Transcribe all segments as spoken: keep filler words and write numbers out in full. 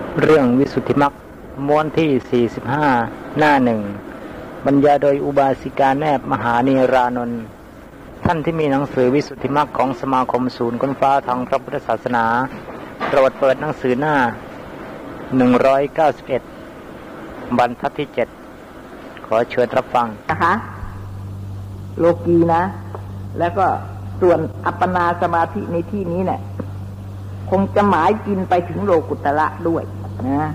เรื่องวิสุทธิมรรคม้วนที่สี่สิบห้าหน้าหนึ่งบรรยายโดยอุบาสิกาแนบมหานีรานนท์ท่านที่มีหนังสือวิสุทธิมรรคของสมาคมศูนย์ค้นฟ้าทางพระพุทธศาสนาโปรดเปิดหนังสือหน้าหนึ่งร้อยเก้าสิบเอ็ดบรรทัดที่เจ็ดขอเชิญรับฟังนะคะโลกีนะแล้วก็ส่วนอัปปนาสมาธิในที่นี้เนี่ยคงจะหมายกินไปถึงโลกุตระด้วยนะ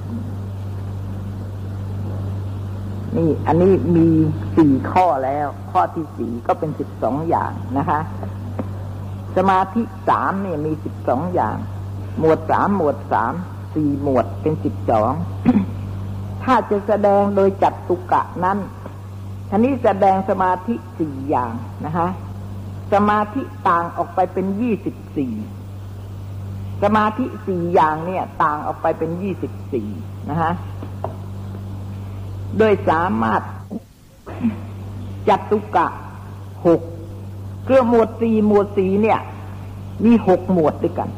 นี่อันนี้มีสี่ข้อแล้วข้อที่สี่ก็เป็นสิบสองอย่างนะคะสมาธิสามเนี่ยมีสิบสองอย่างหมวดสามหมวดสามสี่หมวดเป็นสิบสอง ถ้าจะแสดงโดยจัตุกะนั้นท่านี้แสดงสมาธิสี่อย่างนะคะสมาธิต่างออกไปเป็นยี่สิบสี่สมาธิสี่อย่างเนี่ยต่างออกไปเป็นยี่สิบสี่นะคะโดยสามารถจัตุกะหกเครื่องหมวดสี่หมวดสี่เนี่ยมีหกหมวดด้วยกัน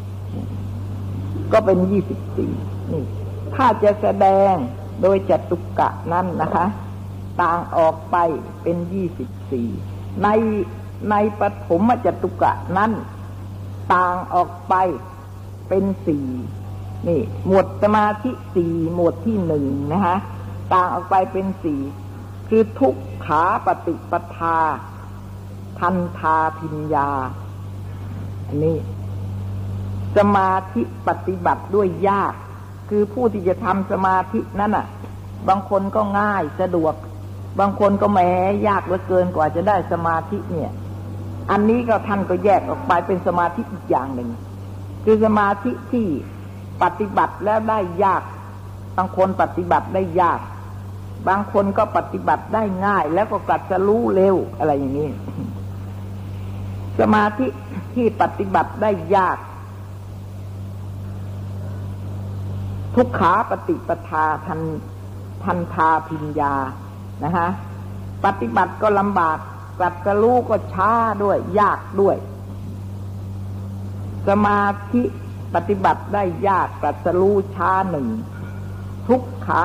ก็เป็นยี่สิบสี่นี่ถ้าจะแสดงโดยจัตุกะนั้นนะคะต่างออกไปเป็นยี่สิบสี่ในในปฐมจัตุกะนั้นต่างออกไปเป็นสี่นี่หมวดสมาธิสี่หมวดที่หนึ่งนะคะต่างออกไปเป็นสี่คือทุกขาปฏิปทาทันทาพิญญาอันนี้สมาธิปฏิบัติด้วยยากคือผู้ที่จะทำสมาธินั้นอ่ะบางคนก็ง่ายสะดวกบางคนก็แหมยากเหลือเกินกว่าจะได้สมาธิเนี่ยอันนี้ก็ท่านก็แยกออกไปเป็นสมาธิอีกอย่างหนึ่งคือสมาธิที่ปฏิบัติแล้วได้ยากบางคนปฏิบัติได้ยากบางคนก็ปฏิบัติได้ง่ายแล้วก็กลับจะรู้เร็วอะไรอย่างนี้สมาธิที่ปฏิบัติได้ยากทุกขาปฏิปทาทันทันทาพิญญานะฮะปฏิบัติก็ลำบากกลับจะรู้ก็ช้าด้วยยากด้วยสมาธิปฏิบัติได้ยากกลับจะรู้ช้าหนึ่งทุกขา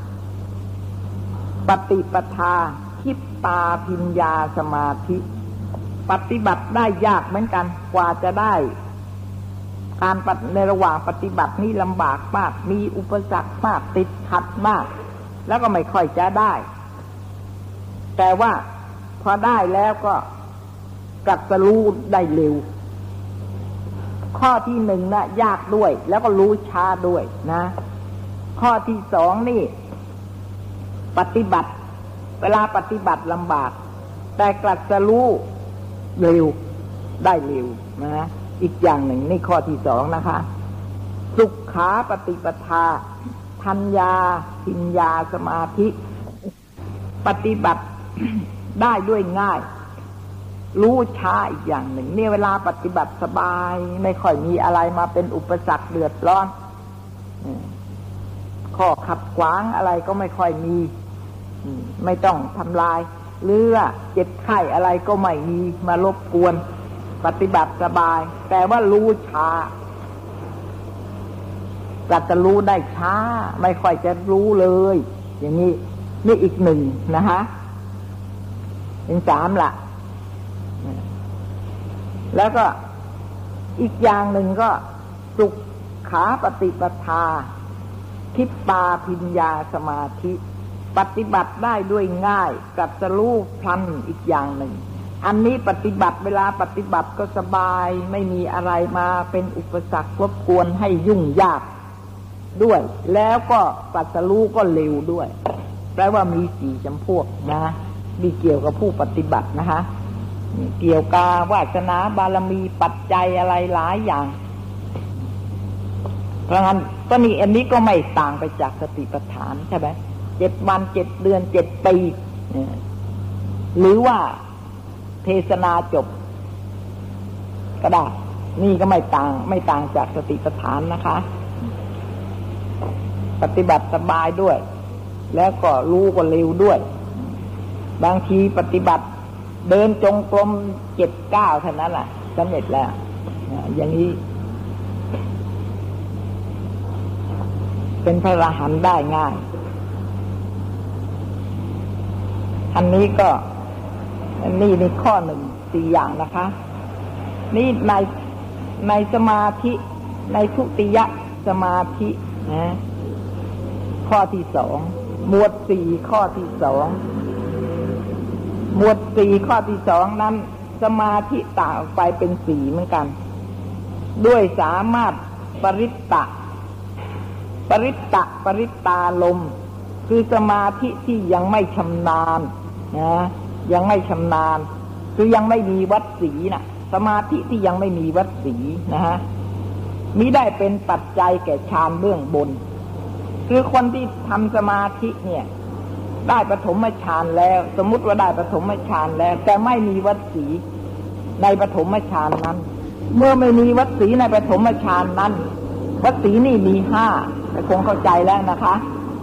ปฏิปทาคิปตาพิญญาสมาธิปฏิบัติได้ยากเหมือนกันกว่าจะได้การในระหว่างปฏิบัตินี้ลำบากมากมีอุปสรรคมากติดขัดมากแล้วก็ไม่ค่อยจะได้แต่ว่าพอได้แล้วก็กลับจะรู้ได้เร็วข้อที่หนึ่งนะยากด้วยแล้วก็รู้ช้าด้วยนะข้อที่สองนี่ปฏิบัติเวลาปฏิบัติลำบากแต่กลับจะรู้เร็วได้เร็วนะอีกอย่างหนึ่งนี่ข้อที่สองนะคะสุขขาปฏิปทาทัญญาพิญญาสมาธิปฏิบัติได้ด้วยง่ายรู้ช้าอีกอย่างหนึ่งเนี่ยเวลาปฏิบัติสบายไม่ค่อยมีอะไรมาเป็นอุปสรรคเดือดร้อนข้อขัดขวางอะไรก็ไม่ค่อยมีไม่ต้องทำลายหรือเจ็บไข้อะไรก็ไม่มีมารบกวนปฏิบัติสบายแต่ว่ารู้ช้าก็จะรู้ได้ช้าไม่ค่อยจะรู้เลยอย่างนี้นี่อีกหนึ่งนะฮะเป็นสามละแล้วก็อีกอย่างหนึ่งก็สุขขาปฏิปทาคิปตาพิญญาสมาธิปฏิบัติได้ด้วยง่ายกับจะรู้พลันอีกอย่างหนึ่งอันนี้ปฏิบัติเวลาปฏิบัติก็สบายไม่มีอะไรมาเป็นอุปสรรครบกวนให้ยุ่งยากด้วยแล้วก็ปัจจรู้ก็เร็วด้วยแปลว่ามีสี่จำพวกนะมีเกี่ยวกับผู้ปฏิบัตินะคะเกี่ยวกับวาสนาบารมีปัจจัยอะไรหลายอย่างเพราะงั้นก็นี่อันนี้ก็ไม่ต่างไปจากสติปัฏฐานใช่ไหมเจ็ดวันเจ็ดเดือนเจ็ดปีหรือว่าเทศนาจบก็ได้นี่ก็ไม่ต่างไม่ต่างจากสติปัฏฐานนะคะปฏิบัติสบายด้วยแล้วก็รู้ก็เร็วด้วยบางทีปฏิบัติเดินจงกรมเจ็ดเก้าเท่านั้นแหละสำเร็จแล้วอย่างนี้เป็นพระอรหันต์ได้ง่ายอันนี้ก็นี่ในข้อหนึ่งสี่อย่างนะคะนี่ในในสมาธิในทุติยสมาธินะข้อที่สองหมวดสี่ข้อที่สองหมวดสี่ข้อที่สองนั้นสมาธิต่างออกไปเป็นสี่เหมือนกันด้วยสามารถปริตตะปริตตะปริตตาลมคือสมาธิที่ยังไม่ชำนาญนะยังไม่ชำนาญคือยังไม่มีวัดสีนะสมาธิที่ยังไม่มีวัดสีนะฮะมิได้เป็นปัจจัยแก่ฌานเบื้องบนคือคนที่ทำสมาธิเนี่ยได้ปฐมฌานแล้วสมมุติว่าได้ปฐมฌานแล้วแต่ไม่มีวัดสีในปฐมฌานนั้นเมื่อไม่มีวัดสีในปฐมฌานนั้นวัดสีนี่มีห้าแต่คงเข้าใจแล้วนะคะ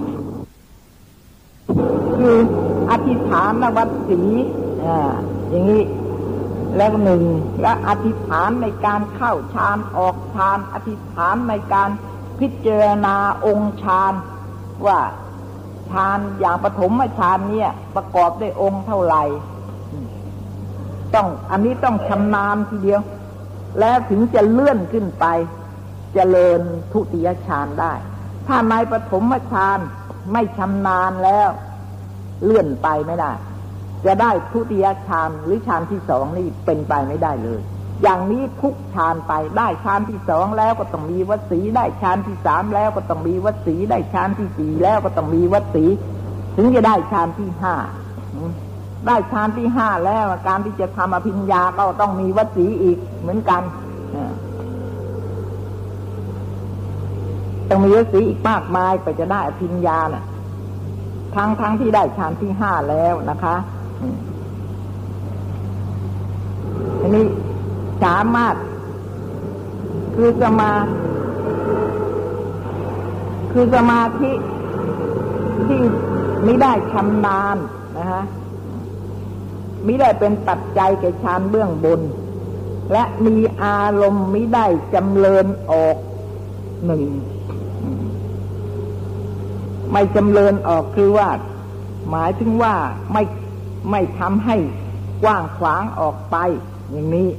คืออธิษฐานวัดสีอ่าอย่างนี้แล้วหนึ่งและอธิษฐานในการเข้าฌานออกฌานอธิษฐานในการพิจารณาองค์ฌานว่าฌานอย่างปฐมฌานเนี่ยประกอบด้วยองค์เท่าไหร่ต้องอันนี้ต้องชำนาญทีเดียวแล้วถึงจะเลื่อนขึ้นไปเจริญทุติยฌานได้ถ้าในปฐมฌานไม่ชำนาญแล้วเลื่อนไปไม่ได้จะได้ทุติยฌานหรือฌานที่สองนี่เป็นไปไม่ได้เลยอย่างนี้ทุกฌานไปได้ฌานที่สองแล้วก็ต้องมีวัดสีได้ฌานที่สามแล้วก็ต้องมีวัดสีได้ฌานที่สี่แล้วก็ต้องมีวัดสีถึงจะได้ฌานที่ห้าได้ฌานที่ห้าแล้วการที่จะทำอภิญญาก็ต้องมีวัดสีอีกเหมือนกันต้องมีวัดสีอีกมากมายไปจะได้อภิญญาน่ะทั้งทั้งที่ได้ฌานที่ห้าแล้วนะคะอันนี้สามารถคือสมาคือสมาธิที่มิได้ชำนาญนะฮะมิได้เป็นปัจจัยแก่ฌานเบื้องบนและมีอารมณ์มิได้จำเริญออกหนึ่งไม่จำเริญออกคือว่าหมายถึงว่าไม่ไม่ทำให้กว้างขวางออกไปอย่างนี้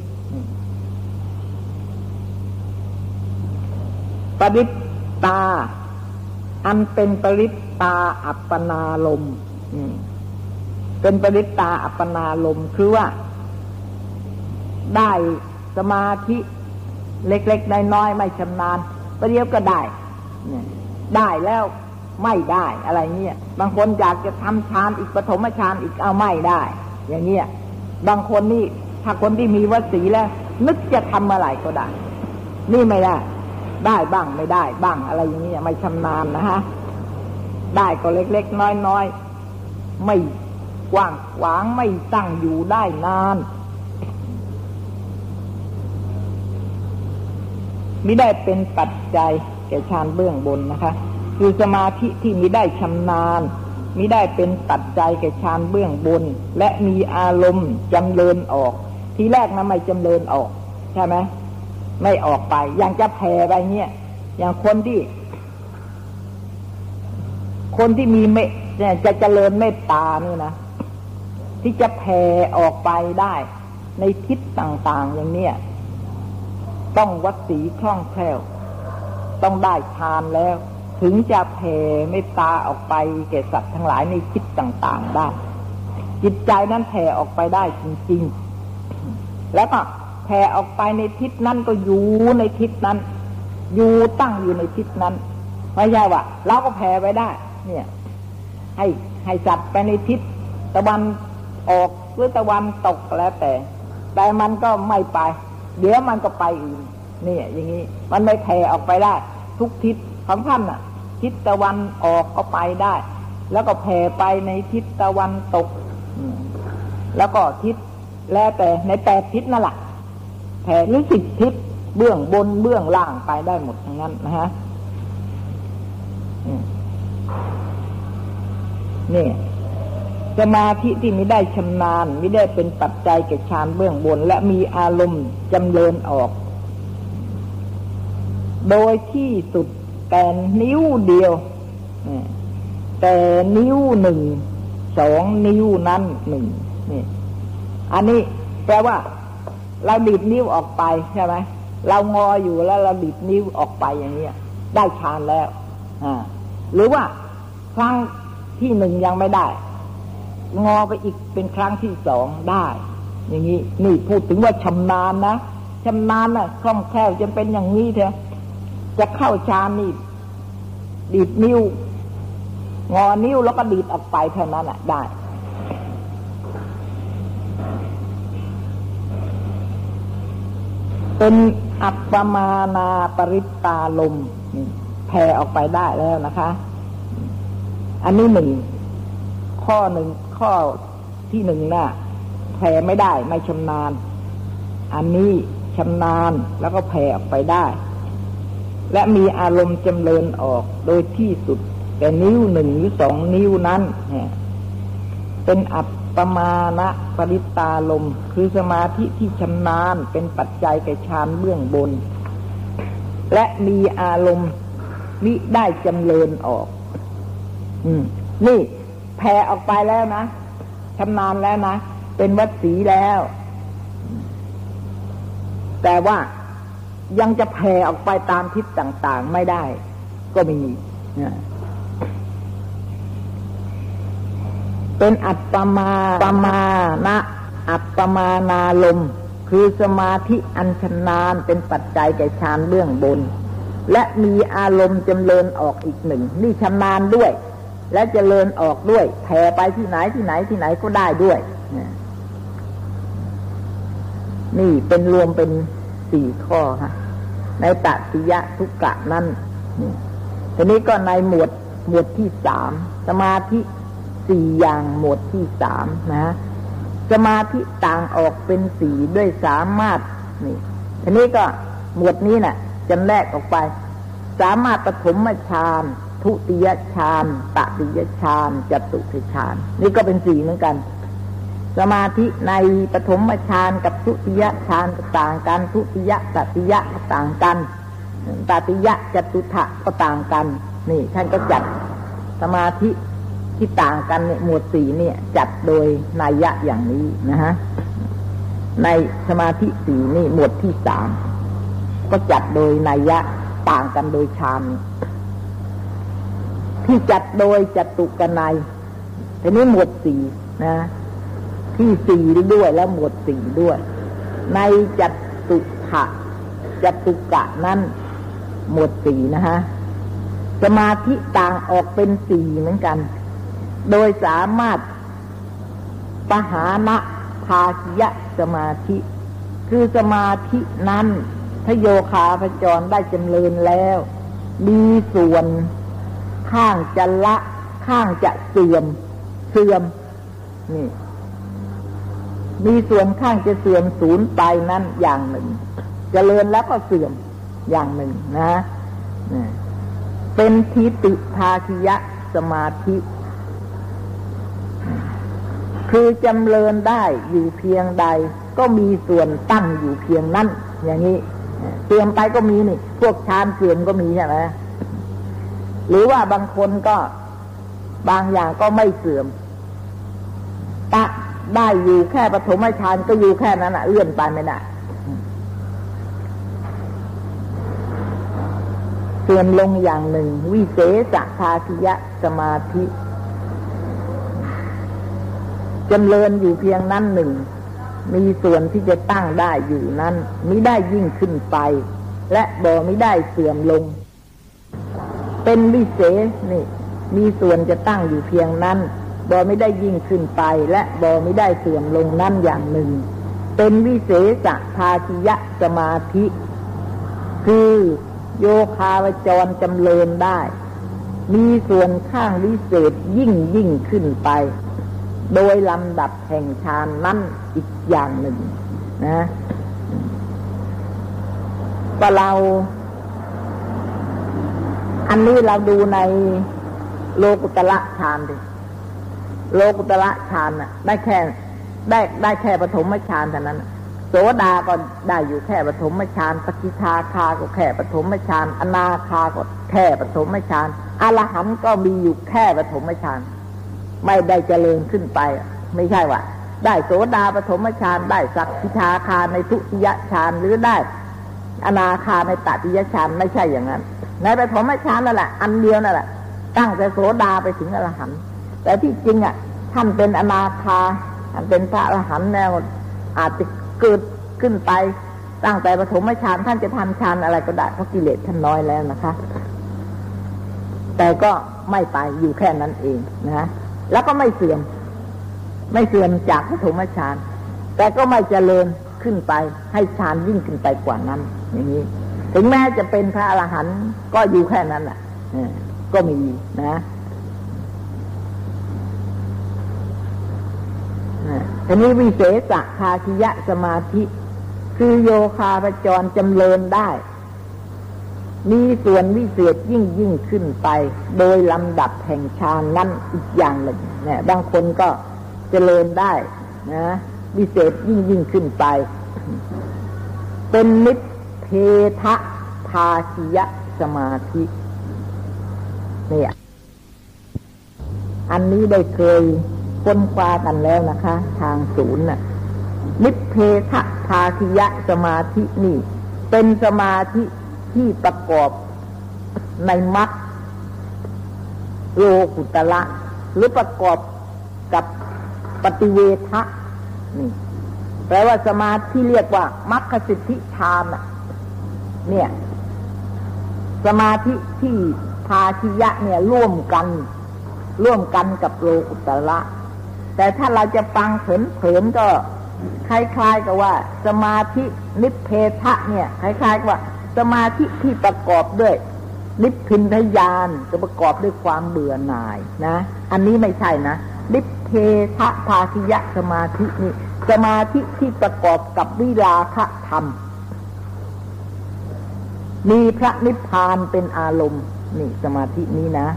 ปริตตาอันเป็นปริตตาอัปปนาลมเป็นปริตตาอัปปนาลมคือว่าได้สมาธิเล็กๆน้อยๆไม่ชำนาญประเดี๋ยวก็ได้ได้แล้วไม่ได้อะไรเงี้ยบางคนอยากจะทำฌานอีกปฐมฌานอีกเอาไม่ได้อย่างเงี้ยบางคนนี่ถ้าคนที่มีวัดสีแล้วนึกจะทำอะไรก็ได้นี่ไม่ได้ได้บ้างไม่ได้บ้างอะไรอย่างเงี้ยไม่ชำนาญนะฮะได้ก็เล็กๆน้อยๆไม่กว้างขวางไม่ตั้งอยู่ได้นานมิได้เป็นปัจจัยแก่ฌานเบื้องบนนะคะคือสมาธิที่มิได้ชำนาญมิได้เป็นปัจจัยแก่ฌานเบื้องบนและมีอารมณ์จำเริญออกทีแรกนะไม่จำเริญออกใช่ไหมไม่ออกไปอย่างจะแผ่ไปเงี้ยอย่างคนที่คนที่มีเมตเนี่ยจะเจริญเมตตานี่นะที่จะแผ่ออกไปได้ในทิศต่างๆอย่างเนี้ยต้องวัดสีคล่องแคล่วต้องได้ฌานแล้วถึงจะแผ่เมตตาออกไปแก่สัตว์ทั้งหลายในทิศต่างๆได้จิตใจนั้นแผ่ออกไปได้จริงๆแล้วก็แผ่ออกไปในทิศนั้นก็อยู่ในทิศนั้นอยู่ตั้งอยู่ในทิศนั้นไม่ใช่ว่าเราก็แผ่ไปได้เนี่ยให้ให้สัตว์ไปในทิศตะวันออกหรือตะวันตกแล้วแต่แต่มันก็ไม่ไปเดี๋ยวมันก็ไปอื่นเนี่ยอย่างนี้มันไม่แผ่ออกไปได้ทุกทิศของท่านน่ะทิศตะวันออกก็ไปได้แล้วก็แผ่ไปในทิศตะวันตกแล้วก็ทิศแล้วแต่ในแปดทิศนั่นแหละแผ่หรือสิบทิศเบื้องบนเบื้องล่างไปได้หมดทั้งนั้นนะฮะนี่สมาธิที่ไม่ได้ชำนาญไม่ได้เป็นปัจจัยแก่ฌานเบื้องบนและมีอารมณ์จำเริญออกโดยที่สุดแต่นิ้วเดียวแต่นิ้วหนึ่งสองนิ้วนั้นหนึ่งนี่อันนี้แปลว่าเราดีดนิ้วออกไปใช่ไหมเรางออยู่แล้วเราดีดนิ้วออกไปอย่างนี้ได้ฌานแล้วอ่าหรือว่าครั้งที่หนึ่งยังไม่ได้งอไปอีกเป็นครั้งที่สองได้อย่างนี้นี่พูดถึงว่าชำนาญนะชำนาญนะคล่องแคล่วจะเป็นอย่างนี้เถอะจะเข้าฌานนี่ดีดนิ้วงอนิ้วแล้วก็ดีดออกไปเท่านั้นแหละได้เป็นอัปปมานาปริตตาลมแผ่ออกไปได้แล้วนะคะอันนี้หนึ่งข้อหนึ่งข้อที่หนึ่งน่ะแผ่ไม่ได้ไม่ชำนาญอันนี้ชำนาญแล้วก็แผ่ออกไปได้และมีอารมณ์จำเริญออกโดยที่สุดแต่นิ้วหนึ่งหรือสองนิ้วนั้นเป็นอัปปมานะปริตตาลมคือสมาธิที่ชำนาญเป็นปัจจัยแก่ฌานเบื้องบนและมีอารมณ์มิได้จำเริญออกอืมนี่แผ่ออกไปแล้วนะชำนาญแล้วนะเป็นวัดสีแล้วแต่ว่ายังจะแผ่ออกไปตามทิศต่างๆไม่ได้ก็มีเป็นอัปปมาปมานะอัปปมานาลมคือสมาธิอันชำนาญเป็นปัจจัยแก่ฌานเบื้องบนและมีอารมณ์จำเริญออกอีกหนึ่งนี่ชำนาญด้วยและเจริญออกด้วยแผ่ไปที่ไหนที่ไหนที่ไหนก็ได้ด้วยนี่เป็นรวมเป็นสี่ข้อค่ะในตติยะทุกกะนั้นทีนี้ก็ในหมวดหมวดที่สามสมาธิสี่อย่างหมวดที่สามนะสมาธิต่างออกเป็นสี่ด้วยสามารถนี่ทีนี้ก็หมวดนี้น่ะจำแนกออกไปสามารถปฐมฌานทุติยฌานตติยฌานจตุตฌานนี่ก็เป็นสี่เหมือนกันสมาธิในปฐมฌานกับทุติยฌานต่างกันทุติยตติยก็ต่างกันตติยจตุถะก็ต่างกันนี่ท่านก็จัดสมาธิที่ต่างกันเนี่ยหมวดสี่เนี่ยจัดโดยนัยยะอย่างนี้นะฮะในสมาธิสี่นี่หมวดที่สามก็จัดโดยนัยยะต่างกันโดยฌานที่จัดโดยจตุกนัยทีนี้หมวดสี่นะที่สี่ด้วยแล้วหมวดสี่ด้วยในจตุถะจตุกะนั้นหมวดสี่นะฮะสมาธิต่างออกเป็นสี่เหมือนกันโดยสามารถปหานะภาคิยสมาธิคือสมาธินั้นทโยคาพจรได้จำเริญแล้วมีส่วนข้างจะละข้างจะเสื่อมเสื่อมนี่มีส่วนข้างจะเสื่อมสูญไปนั้นอย่างหนึ่งเจริญแล้วก็เสื่อมอย่างหนึ่งนะเป็นทิฏฐิภาคิยสมาธิคือจำเริญได้อยู่เพียงใดก็มีส่วนตั้งอยู่เพียงนั้นอย่างนี้เสื่อมไปก็มีนี่พวกฌานเสื่อมก็มีใช่ไหมหรือว่าบางคนก็บางอย่างก็ไม่เสื่อมตะได้อยู่แค่ปฐมฌานก็อยู่แค่นั้นอ่ะเลื่อนไปไม่ได้เสื่อมลงอย่างหนึ่งวิเศษภาคิยสมาธิจำเริญอยู่เพียงนั้นหนึ่งมีส่วนที่จะตั้งได้อยู่นั้นมิได้ยิ่งขึ้นไปและบ่มิได้เสื่อมลงเป็นวิเศษนี่มีส่วนจะตั้งอยู่เพียงนั้นบ่ไม่ได้ยิ่งขึ้นไปและบ่ไม่ได้เสื่อมลงนั่นอย่างหนึ่งเป็นวิเศษภาคิยสมาธิคือโยคาวจรจำเริญได้มีส่วนข้างวิเศษยิ่งยิ่งขึ้นไปโดยลำดับแห่งฌานนั้นอีกอย่างหนึ่งนะก็เราอันนี้เราดูในโลกุตระฌานดิโลกุตระฌานน่ะได้แค่ได้ได้แค่ปฐมฌานเท่านั้นโสดาก็ได้อยู่แค่ปฐมฌานสกิทาคาก็แค่ปฐมฌานอนาคาก็แค่ปฐมฌานอรหันต์ก็มีอยู่แค่ปฐมฌานไม่ได้เจริญขึ้นไปไม่ใช่ว่าได้โสดาปฐมฌานได้สักกิทาคาในทุติยฌานหรือได้อนาคาในตติยฌานไม่ใช่อย่างนั้นในปฐมฌานนั่นแหละอันเดียวนั่นแหละตั้งแต่โสดาไปถึงอรหันต์แต่ที่จริงอ่ะท่านเป็นอนาคาท่านเป็นพระอรหันต์แล้วอาจจะเกิดขึ้นไปตั้งแต่ปฐมฌานท่านจะทำฌานอะไรก็ได้เพราะกิเลสท่านน้อยแล้วนะคะแต่ก็ไม่ไปอยู่แค่นั้นเองนะแล้วก็ไม่เสื่อมไม่เสื่อมจากปฐมฌานแต่ก็ไม่เจริญขึ้นไปให้ฌานยิ่งขึ้นไปกว่านั้นอย่างนี้ถึงแม้จะเป็นพระอรหันต์ก็อยู่แค่นั้นแหละก็มีนะทีนี้วิเศษคาคิยะสมาธิคือโยคาพจรจำเริญได้มีส่วนวิเศษยิ่งยิ่งขึ้นไปโดยลำดับแห่งฌานนั้นอีกอย่างหนึ่งเนี่ยบางคนก็เจริญได้นะวิเศษยิ่งยิ่งขึ้นไปเป็นนิพเพทะภาคิยะสมาธิเนี่ยอันนี้ได้เคยค้นคว้ากันแล้วนะคะทางศูนย์น่ะนิพเพทะภาคิยะสมาธินี่เป็นสมาธิที่ประกอบในมรรคโลกุตระหรือประกอบกับปฏิเวทะนี่แปลว่าสมาธิเรียกว่ามรรคสิทธิฌานน่ะเนี่ยสมาธิที่ภาคิยะเนี่ยร่วมกันร่วมกันกับโลกุตระแต่ถ้าเราจะฟังเผลอๆก็คล้ายๆกับว่าสมาธินิพเพทะเนี่ยคล้ายๆกับว่าสมาธิที่ประกอบด้วยนิพพินทญาณจะประกอบด้วยความเบื่อหน่ายนะอันนี้ไม่ใช่นะนิพเพทะภาคิยะสมาธินี่สมาธิที่ประกอบกับวิราคะธรรมมีพระนิพพานเป็นอารมณ์นี่สมาธินี้นะ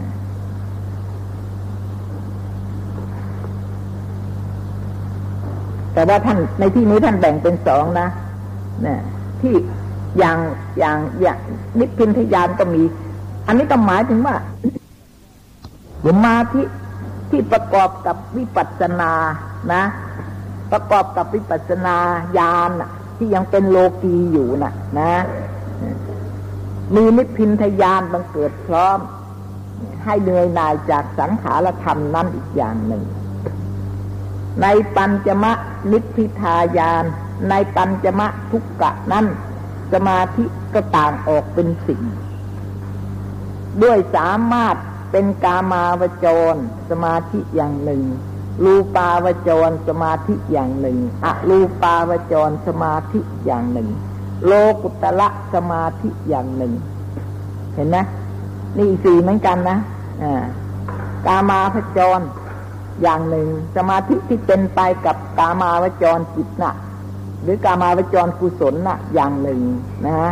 แต่ว่าท่านในที่นี้ท่านแบ่งเป็นสองนะเนี่ยที่อย่างอย่างอย่างนิพพินทญาณก็มีอันนี้ก็หมายถึงว่าสมาธิที่ประกอบกับวิปัสสนานะประกอบกับวิปัสสนาญาณที่ยังเป็นโลกีอยู่น่ะนะมีนิพพินทญาณบังเกิดพร้อมให้เหนื่อยหน่ายจากสังขารธรรมนั้นอีกอย่างหนึ่งในปัญจมะนิพพิทายานในปัญจมะทุกกะนั้นสมาธิก็ต่างออกเป็นสิ่งด้วยสามารถเป็นกามาวจรสมาธิอย่างหนึ่งรูปาวจรสมาธิอย่างหนึ่งอรูปาวจรสมาธิอย่างหนึ่งโลกุตระสมาธิอย่างหนึ่งเห็นไหมนี่สี่เหมือนกันนะอ่ากามาวจรอย่างหนึ่งสมาธิที่เป็นไปกับกามาวจรจิตน่ะหรือกามาวจรกุศลน่ะอย่างหนึ่งนะฮะ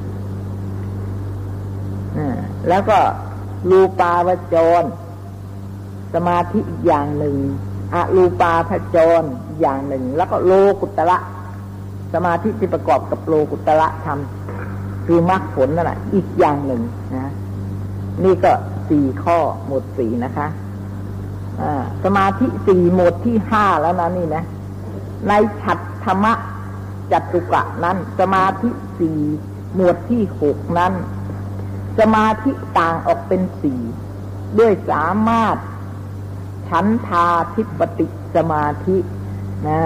แล้วก็รูปาวจรสมาธิอีกอย่างหนึ่งอรูปาพจรอย่างหนึ่งแล้วก็โลกุตระสมาธิที่ประกอบกับโลกุตระธรรมคือมรรคผลนั่นแหละอีกอย่างหนึ่งนะนี่ก็สี่ข้อหมวดสี่นะคะสมาธิสี่หมวดที่ห้าแล้วนะนี่นะในฉัตรธรรมจัตุกะนั้นสมาธิสี่หมวดที่หกนั้นสมาธิต่างออกเป็นสี่ด้วยสามารถฉันทาธิปติสมาธินะ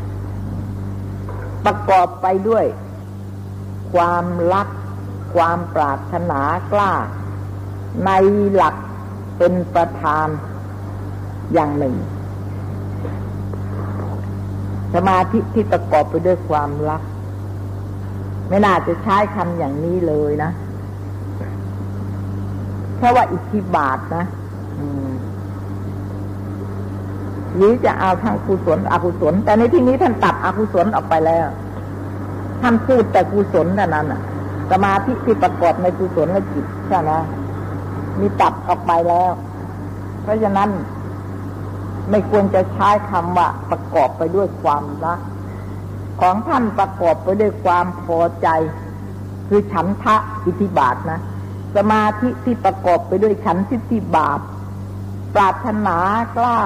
ประกอบไปด้วยความรักความปรารถนากล้าในหลักเป็นประธานอย่างหนึ่งสมาธิที่ประกอบไปด้วยความรักไม่น่าจะใช้คำอย่างนี้เลยนะแค่ว่าอิทธิบาทนะหรือจะเอาทั้งกุศลอกุศลแต่ในที่นี้ท่านตัดอกุศลออกไปแล้วท่านพูดแต่กุศลเท่านั้นน่ะสมาธิที่ประกอบในกุศลและจิตใช่ไหมมีตัดออกไปแล้วเพราะฉะนั้นไม่ควรจะใช้คำว่าประกอบไปด้วยความรักของท่านประกอบไปด้วยความพอใจคือฉันทะอิทธิบาทนะสมาธิที่ประกอบไปด้วยฉันทิฏฐิบาทปรารถนากล้า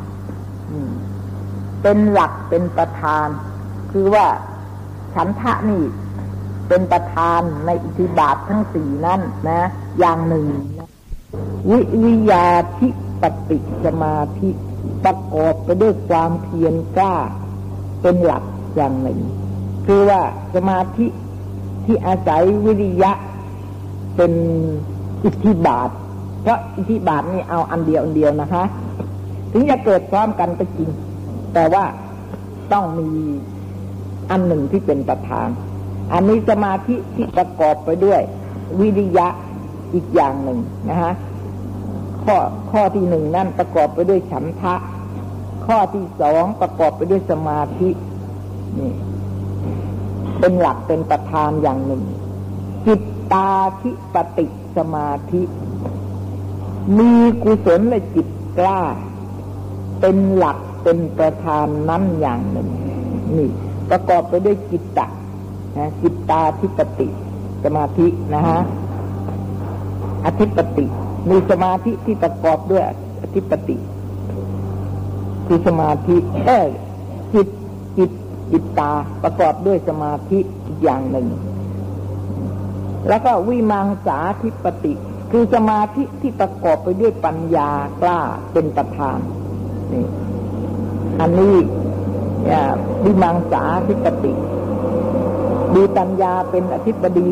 เป็นหลักเป็นประธานคือว่าฉันทะนี่เป็นประธานในอิทธิบาททั้งสี่นั้นนะอย่างหนึ่งนะวิวิยาธิปฏิสมาธิประกอบไปด้วยความเพียรกล้าเป็นหลักอย่างหนึ่งคือว่าสมาธิที่อาศัยวิริยะเป็นอิทธิบาทเพราะอิทธิบาทนี่เอาอันเดียวอันเดียวนะคะถึงจะเกิดพร้อมกันก็จริงแต่ว่าต้องมีอันหนึ่งที่เป็นประธานอันนี้สมาธิที่ประกอบไปด้วยวิริยะอีกอย่างหนึ่งนะฮะข้อข้อที่หนึ่งนั่นประกอบไปด้วยฉันทะข้อที่สองประกอบไปด้วยสมาธินี่เป็นหลักเป็นประธานอย่างหนึ่งจิตตาธิปฏิสมาธิมีกุศลและจิตกล้าเป็นหลักเป็นประธานนั้นอย่างหนึ่งนี่ประกอบไปด้วยจิตตะนะจิตตาธิปฏิสมาธินะฮะอธิปติมีสมาธิที่ประกอบด้วยอธิปติคือสมาธิเออจิตจิตจิตตาประกอบด้วยสมาธิอีกอย่างหนึ่งแล้วก็วิมังสาธิปติคือสมาธิที่ประกอบไปด้วยปัญญากล้าเป็นประธานนี่อันนี้วิมังสาธิปติมีปัญญาเป็นอธิปดี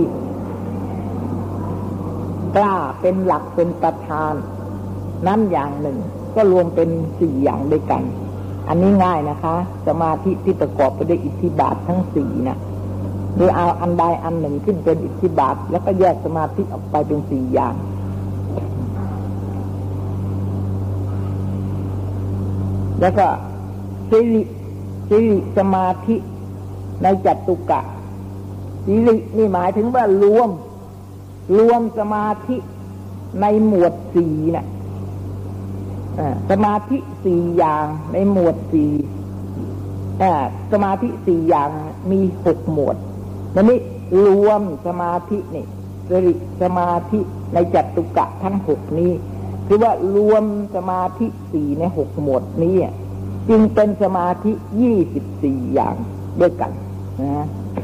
กล้าเป็นหลักเป็นประธานนั้นอย่างหนึ่งก็รวมเป็นสี่อย่างด้วยกันอันนี้ง่ายนะคะสมาธิที่ประกอบไปด้วยอิทธิบาททั้งสี่นะหรือเอาอันใดอันหนึ่งขึ้นเป็นอิทธิบาทแล้วก็แยกสมาธิออกไปเป็นสี่อย่างแล้วก็สิริสิริสมาธิในจัตุกะสิรินี่หมายถึงว่ารวมรวมสมาธิในหมวดสี่นะสมาธิสี่อย่างในหมวดสี่สมาธิสี่อย่างมีหกหมวดแล้วนี่รวมสมาธินี่สิริสมาธิในจัตุกะทั้งหกนี้คือว่ารวมสมาธิสี่ในหกหมวดนี้จึงเป็นสมาธิยี่สิบสี่อย่างด้วยกันนะ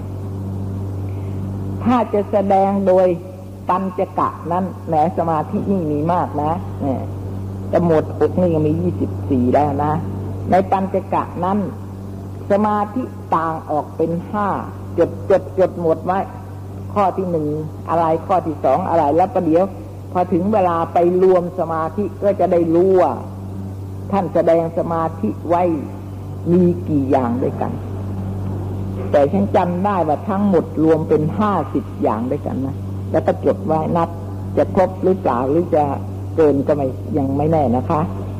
ถ้าจะแสดงโดยปัญจกะนั้นแหมสมาธินี่มีมากนะเนี่ยแต่หมวดหกนี่ก็มียี่สิบสี่แล้วนะในปัญจกะนั้นสมาธิต่างออกเป็นห้าจดจดจดหมวดไว้ข้อที่หนึ่งอะไรข้อที่สองอะไรแล้วประเดี๋ยวพอถึงเวลาไปรวมสมาธิก็จะได้รู้ว่าท่านแสดงสมาธิไว้มีกี่อย่างด้วยกันแต่ฉันจำได้ว่าทั้งหมดรวมเป็นห้าสิบอย่างด้วยกันนะแล้วก็จดไว้นับจะครบหรือเปล่าหรือจะเกินก็ไม่ยังไม่แน่นะคะ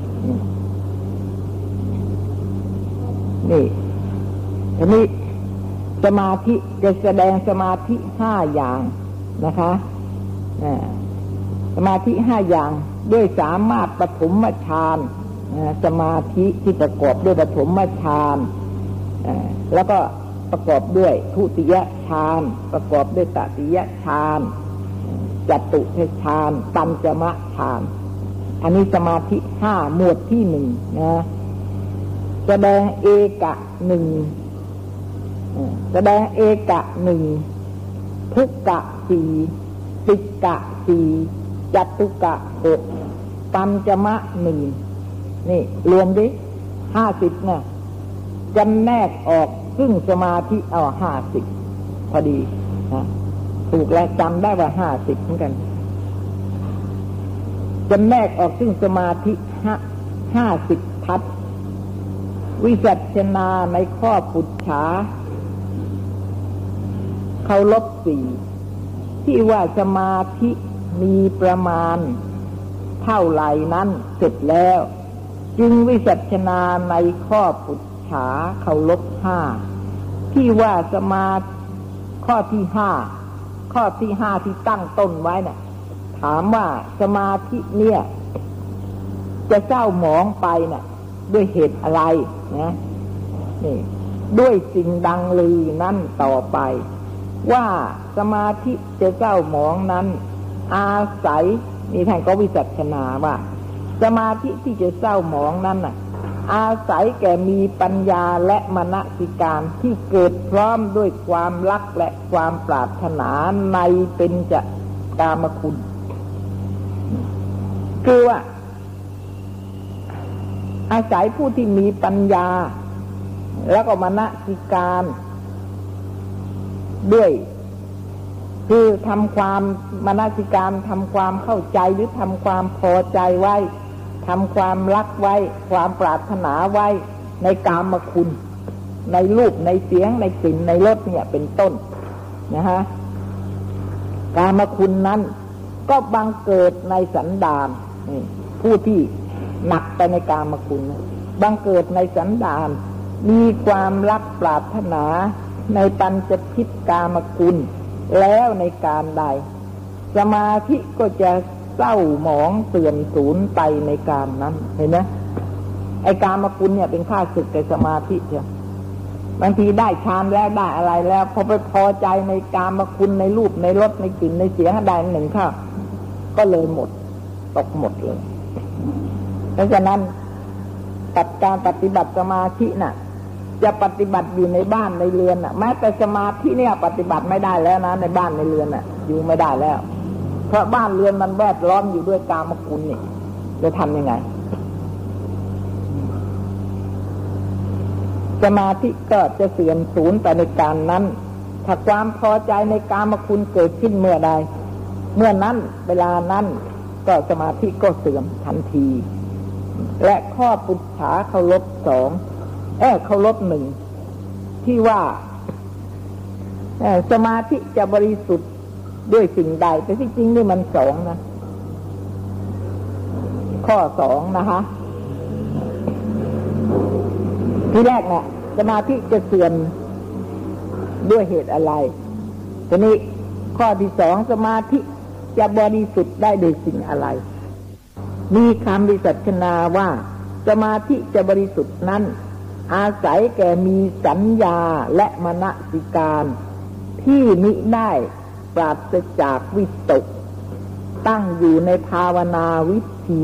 นี่ทีนี้สมาธิจะแสดงสมาธิห้าอย่างนะคะสมาธิห้าอย่างด้วยสามารถปฐมฌานสมาธิที่ประกอบด้วยปฐมฌานแล้วก็ประกอบด้วยทุติยฌานประกอบด้วยตติยฌานจตุฌานปัญจมฌานอันนี้สมาธิห้าหมวดที่หนึ่งนะแสดงเอกะหนึ่งแสดงเอกะหนึ่งทุกกะสี่ติกะสี่จตุกะหกปัญจมะหนึ่งนี่รวมดิห้าสิบเนี่ยจำแนกออกซึ่งสมาธิเอาห้าสิบพอดีนะถูกแล้วจำได้ว่าห้าสิบเหมือนกันจำแนกออกซึ่งสมาธิห้าห้าสิบทัศวิจัชนาในข้อปุจฉาเคารพสี่ที่ว่าสมาธิมีประมาณเท่าไหร่นั้นเสร็จแล้วจึงวิจัชนาในข้อปุจฉาเคารพห้าที่ว่าสมาข้อที่ห้าข้อที่ห้าที่ตั้งต้นไว้น่ะถามว่าสมาธิเนี่ยจะเศร้าหมองไปน่ะด้วยเหตุอะไรนะนี่ด้วยสิ่งดังลือนั่นต่อไปว่าสมาธิจะเศร้าหมองนั้นอาศัยนี่ท่านก็วิจัชนาว่าสมาธิที่จะเศร้าหมองนั้นน่ะอาศัยแก่มีปัญญาและมนสิการที่เกิดพร้อมด้วยความรักและความปรารถนาในเป็นจะกามคุณคือว่าอาศัยผู้ที่มีปัญญาแล้วก็มนสิการด้วยคือทำความมนสิการทำความเข้าใจหรือทำความพอใจไว้ทำความรักไว้ความปรารถนาไว้ในกามคุณในรูปในเสียงในกลิ่นในรสเนี่ยเป็นต้นนะฮะกามคุณนั้นก็บังเกิดในสันดานนี่ผู้ที่หนักไปในกามคุณบังเกิดในสันดานมีความรักปรารถนาในปัญจพิตกามคุณแล้วในการใดสมาธิก็จะเศร้าหมองเสื่อมสูญไปในการนั้นเห็นไหมไอ้กามคุณเนี่ยเป็นข้าศึกแก่สมาธิเชียวบางทีได้ฌานแล้วได้อะไรแล้วพอไปพอใจในกามคุณในรูปในรสในกลิ่นในเสียงได้หนึ่งข้าวก็เลยหมดตกหมดเลยเพราะฉะนั้นตัดการปฏิบัติสมาธิน่ะจะปฏิบัติอยู่ในบ้านในเรือนน่ะแม้แต่สมาธิเนี่ยปฏิบัติไม่ได้แล้วนะในบ้านในเรือนน่ะอยู่ไม่ได้แล้วเพราะบ้านเรือนมันแวดล้อมอยู่ด้วยกามคุณนี่จะทำยังไงสมาธิก็จะเสื่อมสูญไปในการนั้นถ้าความพอใจในกามคุณเกิดขึ้นเมื่อใดเมื่อนั้นเวลานั้นก็สมาธิก็เสื่อมทันทีและข้อปุจฉาเคารพสองเออเคารพหนึ่งที่ว่าสมาธิจะบริสุทธิ์ด้วยสิ่งใดแต่ที่จริงนี่มันสองนะข้อสองนะคะที่แรกเนี่ยสมาธิจะเสื่อมด้วยเหตุอะไรทีนี้ข้อที่สองสมาธิจะบริสุทธิ์ได้โดยสิ่งอะไรมีคำวิจัชนาว่าสมาธิจะบริสุทธิ์นั้นอาศัยแก่มีสัญญาและมนสิการที่มิได้ปราศจากวิตกตั้งอยู่ในภาวนาวิธี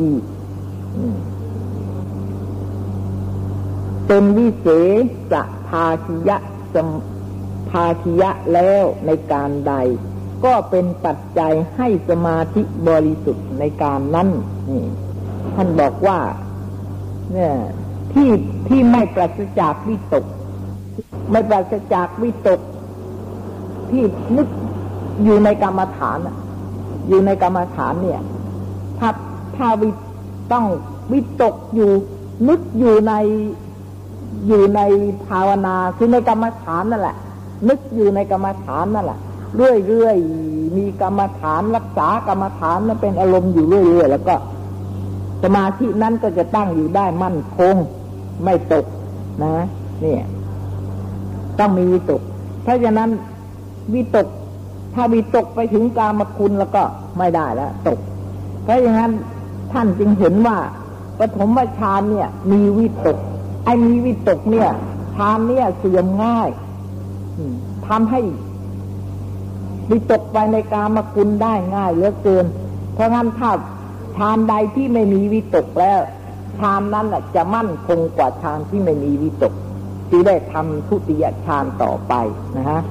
เป็นวิเศษภาคิยะภาคิยะแล้วในการใดก็เป็นปัจจัยให้สมาธิบริสุทธิ์ในการนั้นนี่ท่านบอกว่าเนี่ยที่ที่ไม่ปราศจากวิตกไม่ปราศจากวิตกที่นึกอยู่ในกรรมฐานอยู่ในกรรมฐานเนี่ยถ้าถ้าวิต้องวิตกอยู่นึกอยู่ในอยู่ในภาวนาคือในกรรมฐานนั่นแหละนึกอยู่ในกรรมฐานนั่นแหละเรื่อยๆมีกรรมฐานรักษากรรมฐานนั้นเป็นอารมณ์อยู่เรื่อยๆแล้วก็สมาธินั้นก็จะตั้งอยู่ได้มั่นคงไม่ตกนะเนี่ยต้องมีวิตกเพราะฉะนั้นวิตกถ้าวิตกไปถึงกามคุณแล้วก็ไม่ได้แล้วตกเพราะฉะนั้นท่านจึงเห็นว่าปฐมฌานเนี่ยมีวิตกไอ้มีวิตกเนี่ยฌานเนี่ยเสื่อมง่ายทำให้วิตกไปในกามคุณได้ง่ายเหลือเกินเพราะงั้นถ้าฌานใดที่ไม่มีวิตกแล้วฌานนั้นแหละจะมั่นคงกว่าฌานที่ไม่มีวิตกที่ได้ทำทุติยฌานต่อไปนะฮะ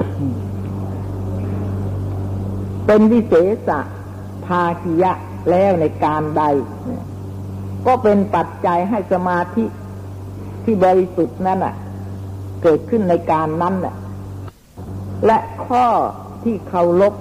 เป็นวิเศษภาคิยะแล้วในการใดก็เป็นปัจจัยให้สมาธิที่บริสุทธิ์นั้นน่ะเกิดขึ้นในการนั้นน่ะและข้อที่เคารพ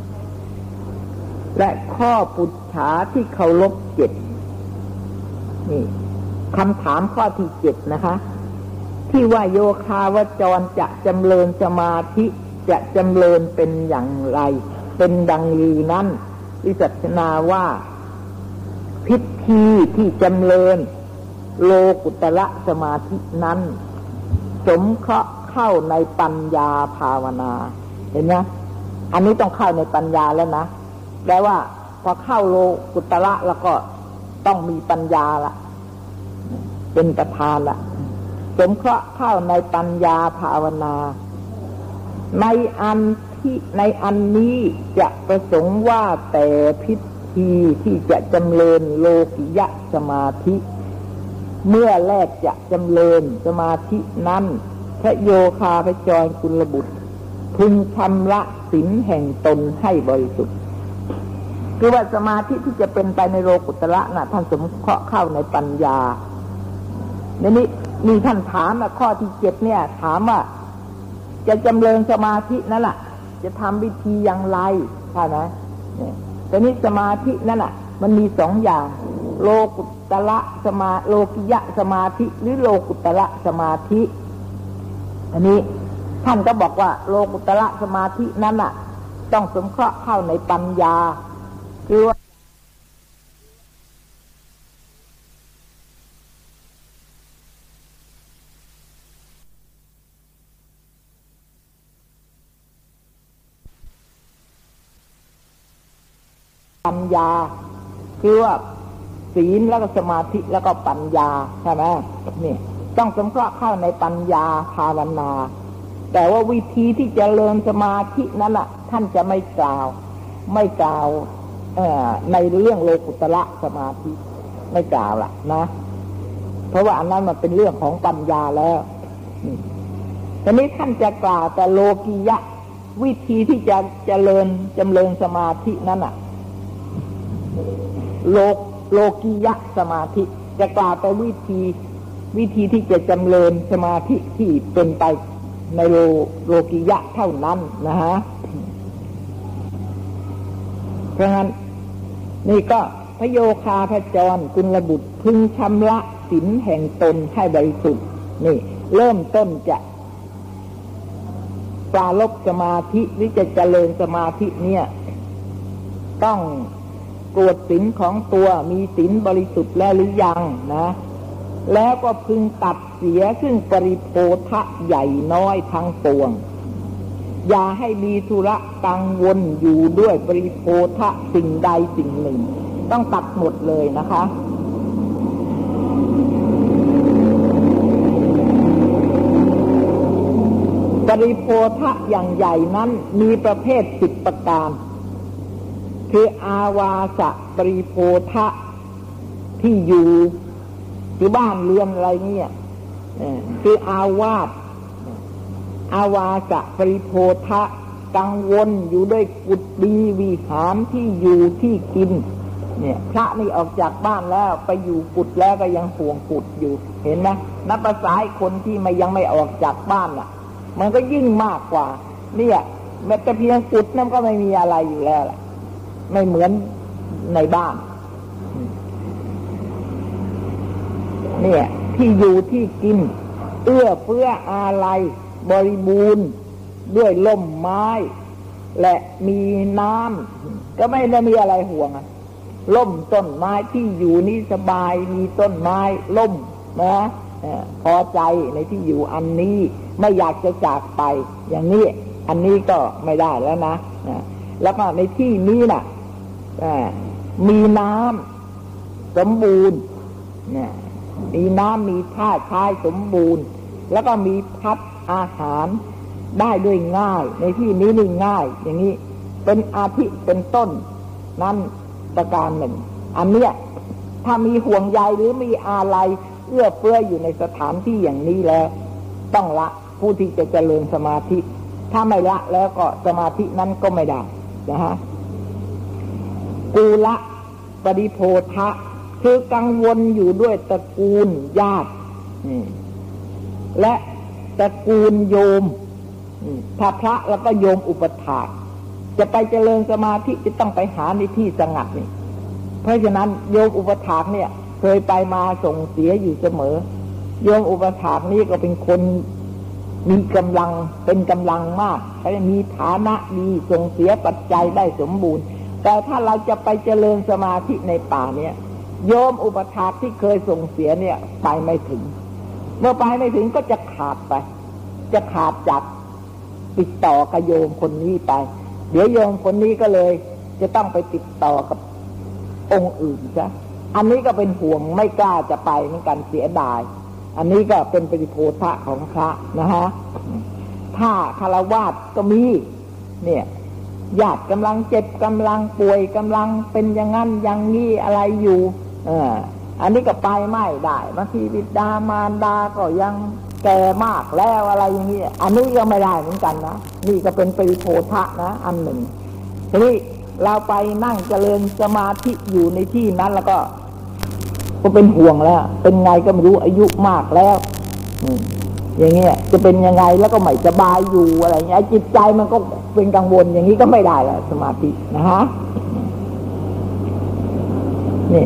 และข้อปุจฉาที่เคารพเจ็ดนี่คำถามข้อที่เจ็ดนะคะที่ว่าโยคาวจรจะจำเริญสมาธิจะจำเริญเป็นอย่างไรเป็นดังลือนั้นวิจัชนาว่าพิธีที่จำเริญโลกุตระสมาธินั้นสมเคราะห์เข้าในปัญญาภาวนาเห็นไหมอันนี้ต้องเข้าในปัญญาแล้วนะแปลว่าพอเข้าโลกุตระแล้วก็ต้องมีปัญญาละเป็นประธานละสงเคราะห์เข้าในปัญญาภาวนาในอันที่ในอันนี้จะประสงค์ว่าแต่พิธีที่จะจำเริญโลกิยะสมาธิเมื่อแรกจะจำเริญสมาธินั้นพระโยคาพจรกุลบุตรพึงชำระศีลแห่งตนให้บริสุทธิ์คือว่าสมาธิที่จะเป็นไปในโลกุตระน่ะท่านสมเคราะห์เข้าในปัญญาในนี้มีท่านถามนะข้อที่เจ็ดเนี่ยถามว่าจะจำเริญสมาธินั่นแหละจะทำวิธีอย่างไรใช่ไหมเนี่ยแต่นี้สมาธินั่นแหละมันมีสองอย่างโลกุตระสมาโลกิยะสมาธิหรือโลกุตระสมาธิอันนี้ท่านก็บอกว่าโลกุตระสมาธินั้นน่ะต้องสงเคราะห์เข้าในปัญญาคือว่าปัญญาคือว่าศีลแล้วก็สมาธิแล้วก็ปัญญาใช่ไหมนี่ต้องสงเคราะห์เข้าในปัญญาภาวนาแต่ว่าวิธีที่จะเจริญสมาธินั้นล่ะท่านจะไม่กล่าวไม่กล่าวในเรื่องโลกุตระสมาธิไม่กล่าวล่ะนะเพราะว่าอันนั้นมันเป็นเรื่องของปัญญาแล้วทีนี้ท่านจะกล่าวแต่โลกิยะวิธีที่จะเจริญจำเริญสมาธินั้นน่ะโลกโลกิยะสมาธิจะกล่าวแต่วิธีวิธีที่จะจำเริญสมาธิที่เป็นไปในโลโลกิยะเท่านั้นนะฮะเพราะงั้นนี่ก็พระโยคาพจรกุลบุตรพึงชำระศีลแห่งตนให้บริสุทธิ์นี่เริ่มต้นจะปราลบสมาธิหรือจะเจริญสมาธิเนี่ยต้องกวดศีลของตัวมีศีลบริสุทธิ์แล้วหรือยังนะแล้วก็พึงตัดเสียซึ่งปริโภทะใหญ่น้อยทั้งปวงอย่าให้มีธุระกังวลอยู่ด้วยปริโภทะสิ่งใดสิ่งหนึ่งต้องตัดหมดเลยนะคะปริโภทะอย่างใหญ่นั้นมีประเภทสิบประการคืออาวาสะปริโภทะที่อยู่คือบ้านเรือนอะไรเนี่ยคืออาวาสอาวาสะปริโภทะกังวลอยู่ด้วยกุฏิวิหารที่อยู่ที่กินเนี่ยพระนี่ออกจากบ้านแล้วไปอยู่กุฏแล้วก็ยังห่วงกุฏอยู่เห็นไหมนับภาษาคนที่ไม่ยังไม่ออกจากบ้านน่ะมันก็ยิ่งมากกว่าเนี่ยแม้แต่เพียงกุฏนั่นก็ไม่มีอะไรอยู่แล้วล่ะไม่เหมือนในบ้านเนี่ยที่อยู่ที่กินเอื้อเฟื้ออาลัยบริบูรณ์ด้วยล่มไม้และมีน้ำก็ไม่ได้มีอะไรห่วงอ่ะล่มต้นไม้ที่อยู่นี่สบายมีต้นไม้ล่มนะพอใจในที่อยู่อันนี้ไม่อยากจะจากไปอย่างนี้อันนี้ก็ไม่ได้แล้วนะแล้วก็ในที่นี้น่ะมีน้ำสมบูรณ์เนี่ยมีน้ำมีท่าใช้สมบูรณ์แล้วก็มีพัดอาหารได้ด้วยง่ายในที่นี้นี่ง่ายอย่างนี้เป็นอาทิเป็นต้นนั้นประการหนึ่งอันเนี้ยถ้ามีห่วงใยหรือมีอะไรเอื้อเฟื้ออยู่ในสถานที่อย่างนี้แล้วต้องละผู้ที่จะเจริญสมาธิถ้าไม่ละแล้วก็สมาธินั้นก็ไม่ได้นะฮะกูละปริโภทะคือกังวลอยู่ด้วยตระกูลญาติและตระกูลโยมถ้าพระแล้วก็โยมอุปถากจะไปเจริญสมาธิจะต้องไปหาในที่สงัดนี่เพราะฉะนั้นโยมอุปถากเนี่ยเคยไปมาส่งเสียอยู่เสมอโยมอุปถากนี่ก็เป็นคนมีกำลังเป็นกำลังมากเขามีฐานะดีส่งเสียปัจจัยได้สมบูรณ์แต่ถ้าเราจะไปเจริญสมาธิในป่าเนี่ยโยมอุปถากที่เคยส่งเสียเนี่ยไปไม่ถึงเมื่อไปไม่ถึงก็จะขาดไปจะขาดจากติดต่อกับโยมคนนี้ไปเดี๋ยวโยมคนนี้ก็เลยจะต้องไปติดต่อกับองค์อื่นซะอันนี้ก็เป็นห่วงไม่กล้าจะไปเหมือนกันเสียดายอันนี้ก็เป็นปริโภทะของพระนะฮะถ้าคฤหัสถ์ก็มีเนี่ยญาติกำลังเจ็บกำลังป่วยกำลังเป็นอย่างนั้นอย่างนี้อะไรอยู่เอออันนี้ก็ไปไม่ได้บางทีบิดามารดาก็ยังแก่มากแล้วอะไรอย่างนี้อันนี้ก็ไม่ได้เหมือนกันนะนี่ก็เป็นปริโภทะนะอันหนึ่งทีนี้เราไปนั่งเจริญสมาธิอยู่ในที่นั้นแล้วก็ก็เป็นห่วงแล้วเป็นไงก็ไม่รู้อายุมากแล้วอย่างเงี้ยจะเป็นยังไงแล้วก็ไม่สบายอยู่อะไรเงี้ยจิตใจมันก็เป็นกังวลอย่างนี้ก็ไม่ได้แล้วสมาธินะฮะนี่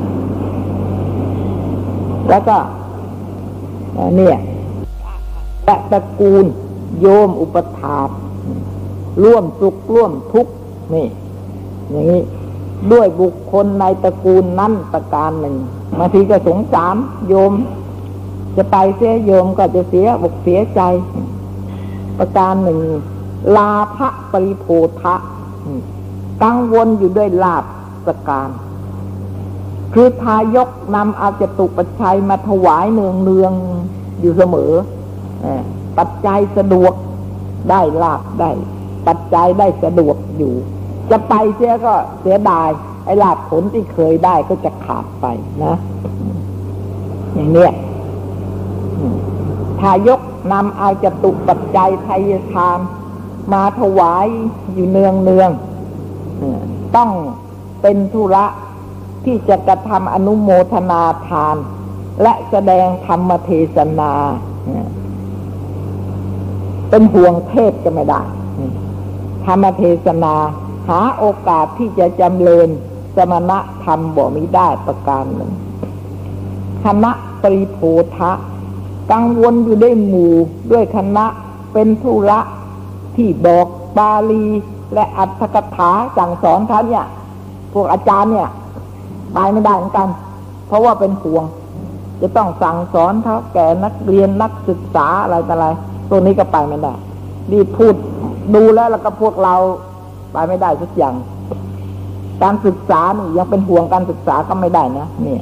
แล้วก็เนี่ยและตระกูลโยมอุปถากร่วมสุขร่วมทุกข์นี่อย่างนี้ด้วยบุคคลในตระกูลนั้นประการหนึ่งบางทีก็สงสารโยมจะไปเสียโยมก็จะเสียอกเสียใจประการหนึ่งลาภปริโภทะกังวลอยู่ด้วยลาภประการคือทายกนำอาจตุปัจจัยมาถวายเนืองเนืองอยู่เสมอปัจจัยสะดวกได้ลาภได้ปัจจัยได้สะดวกอยู่จะไปเสียก็เสียดายไอ้ลาภผลที่เคยได้ก็จะขาดไปนะอย่างเนี้ยทายกนำอาจตุปัจจัยไทยทานมาถวายอยู่เนืองเนืองต้องเป็นธุระที่จะกระทำอนุโมทนาทานและแสดงธรรมเทศนาเป็นห่วงเทศก็ไม่ได้ธรรมเทศนาหาโอกาสที่จะจำเริญสมณธรรมบ่มีได้ประการหนึ่งคณะปริโภทะกังวลอยู่ด้วยหมู่ด้วยคณะเป็นธุระที่บอกบาลีและอัตถกถาสั่งสอนท่านเนี่ยพวกอาจารย์เนี่ยไปไม่ได้เหมือนกันเพราะว่าเป็นห่วงจะต้องสั่งสอนเท่าแก่นักเรียนนักศึกษาอะไรต่ออะไรตัวนี้ก็ไปไม่ได้นี่พูดดูแล้วแล้วก็พวกเราไปไม่ได้ทุกอย่างการศึกษานี่ยังเป็นห่วงการศึกษาก็ไม่ได้นะนี่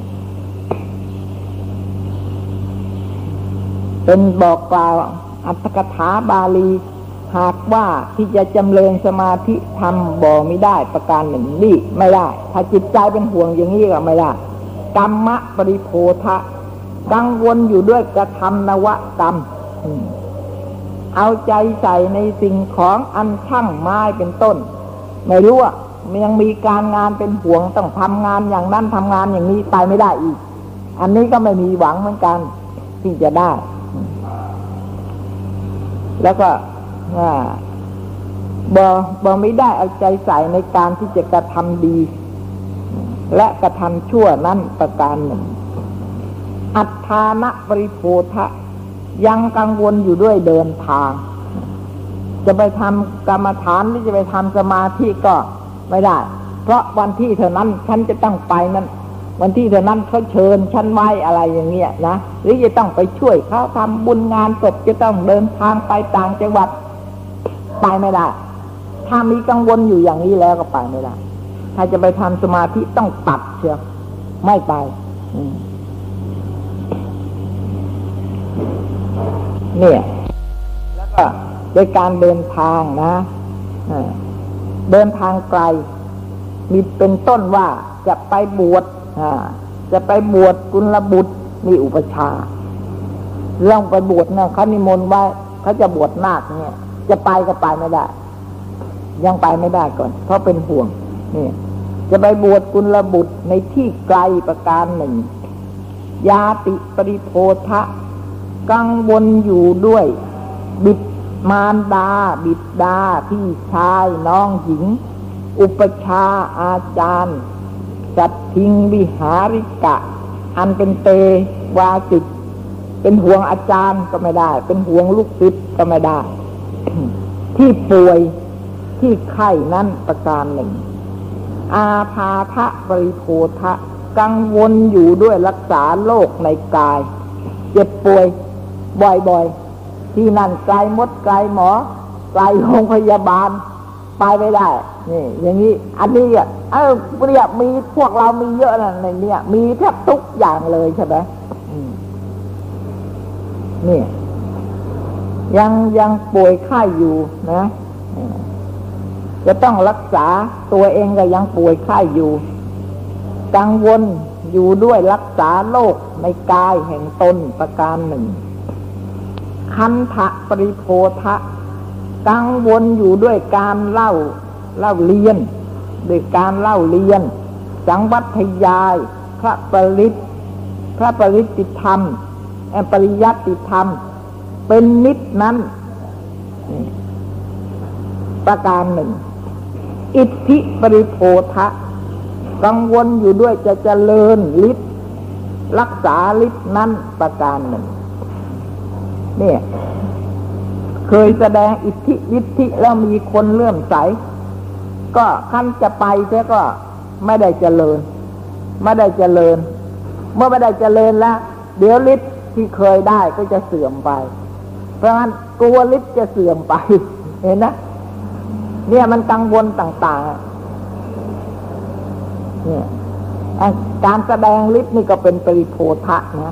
เป็นบอกกล่าวอัตถกถาบาลีหากว่าที่จะจำเริญสมาธิทำบ่ไม่ได้ประการหนึ่งนี่ไม่ได้ถ้าจิตใจเป็นห่วงอย่างนี้ก็ไม่ได้กรรมะปริโภทะกังวลอยู่ด้วยกระทำนวกรรมเอาใจใส่ในสิ่งของอันช่างไม้เป็นต้นไม่รู้ว่ามันยังมีการงานเป็นห่วงต้องทำงานอย่างนั้นทำงานอย่างนี้ไปไม่ได้อีกอันนี้ก็ไม่มีหวังเหมือนกันที่จะได้แล้วก็บ่บ่ไม่ได้เอาใจใส่ในการที่จะกระทำดีและกระทำชั่วนั้นประการหนึ่งอัฏฐานะปริโภทะยังกังวลอยู่ด้วยเดินทางจะไปทำกรรมฐานหรือจะไปทำสมาธิก็ไม่ได้เพราะวันที่เท่านั้นฉันจะต้องไปนั้นวันที่เท่านั้นเขาเชิญฉันไว้อะไรอย่างเงี้ยนะหรือจะต้องไปช่วยเขาทำบุญงานศพจะต้องเดินทางไปต่างจังหวัดไปไม่ได้ถ้ามีกังวลอยู่อย่างนี้แล้วก็ไปไม่ได้ถ้าจะไปทำสมาธิต้องตัดเชียวไม่ไปเนี่ยแล้วก็โดยการเดินทางนะเดินทางไกลมีเป็นต้นว่าจะไปบวชจะไปบวชกุลบุตรมีอุปชาเรื่องไปบวชเนี่ยเขานิมนต์ไว้เขาจะบวชนาคเนี่ยจะไปก็ไปไม่ได้ยังไปไม่ได้ก่อนเพราะเป็นห่วงนี่จะไปบวชกุลบุตรในที่ไกลประการหนึ่งญาติปริโภทะกังวลอยู่ด้วยบิดมารดาบิดดาพี่ชายน้องหญิงอุปชาอาจารย์สัตถิงวิหาริกะอันเป็นเตวาสิกเป็นห่วงอาจารย์ก็ไม่ได้เป็นห่วงลูกศิษย์ก็ไม่ได้ ที่ป่วยที่ไข้นั้นประการหนึ่งอาพาธะปริโภทะกังวลอยู่ด้วยรักษาโรคในกายเจ็บป่วยบ่อยๆที่นั่นไกลมดไกลหมอไกลโรงพยาบาลไปไม่ได้นี่อย่างนี้อันนี้อ่ะเออเรียกมีพวกเรามีเยอะนะในนี้มีแทบทุกอย่างเลยใช่ไหมนี่ยังยังป่วยไข้อยู่นะจะต้องรักษาตัวเองก็ยังป่วยไข้อยู่กังวลอยู่ด้วยรักษาโรคในกายแห่งตนประการหนึ่งคันทะปริโภทะกังวลอยู่ด้วยการเล่าเล่าเรียนด้วยการเล่าเรียนสังวัตยายพระปริตพระปริติธรรมปริยัติธรรมเป็นนิจนั้นประการหนึ่งอิทธิปริโภทะกังวลอยู่ด้วยจะเจริญฤทธิ์รักษาฤทธิ์นั้นประการหนึ่งเนี่ยเคยแสดงอิทธิฤทธิแล้วมีคนเลื่อมใสก็ขั้นจะไปเสียก็ไม่ได้เจริญไม่ได้เจริญเมื่อไม่ได้เจริญแล้วเดี๋ยวฤทธิ์ที่เคยได้ก็จะเสื่อมไปเพราะฉะนั้นกลัวฤทธิ์จะเสื่อมไปเห็นนะเนี่ยมันกังวลต่างๆเนี่ยการแสดงฤทธิ์นี่ก็เป็นปริโภทะนะ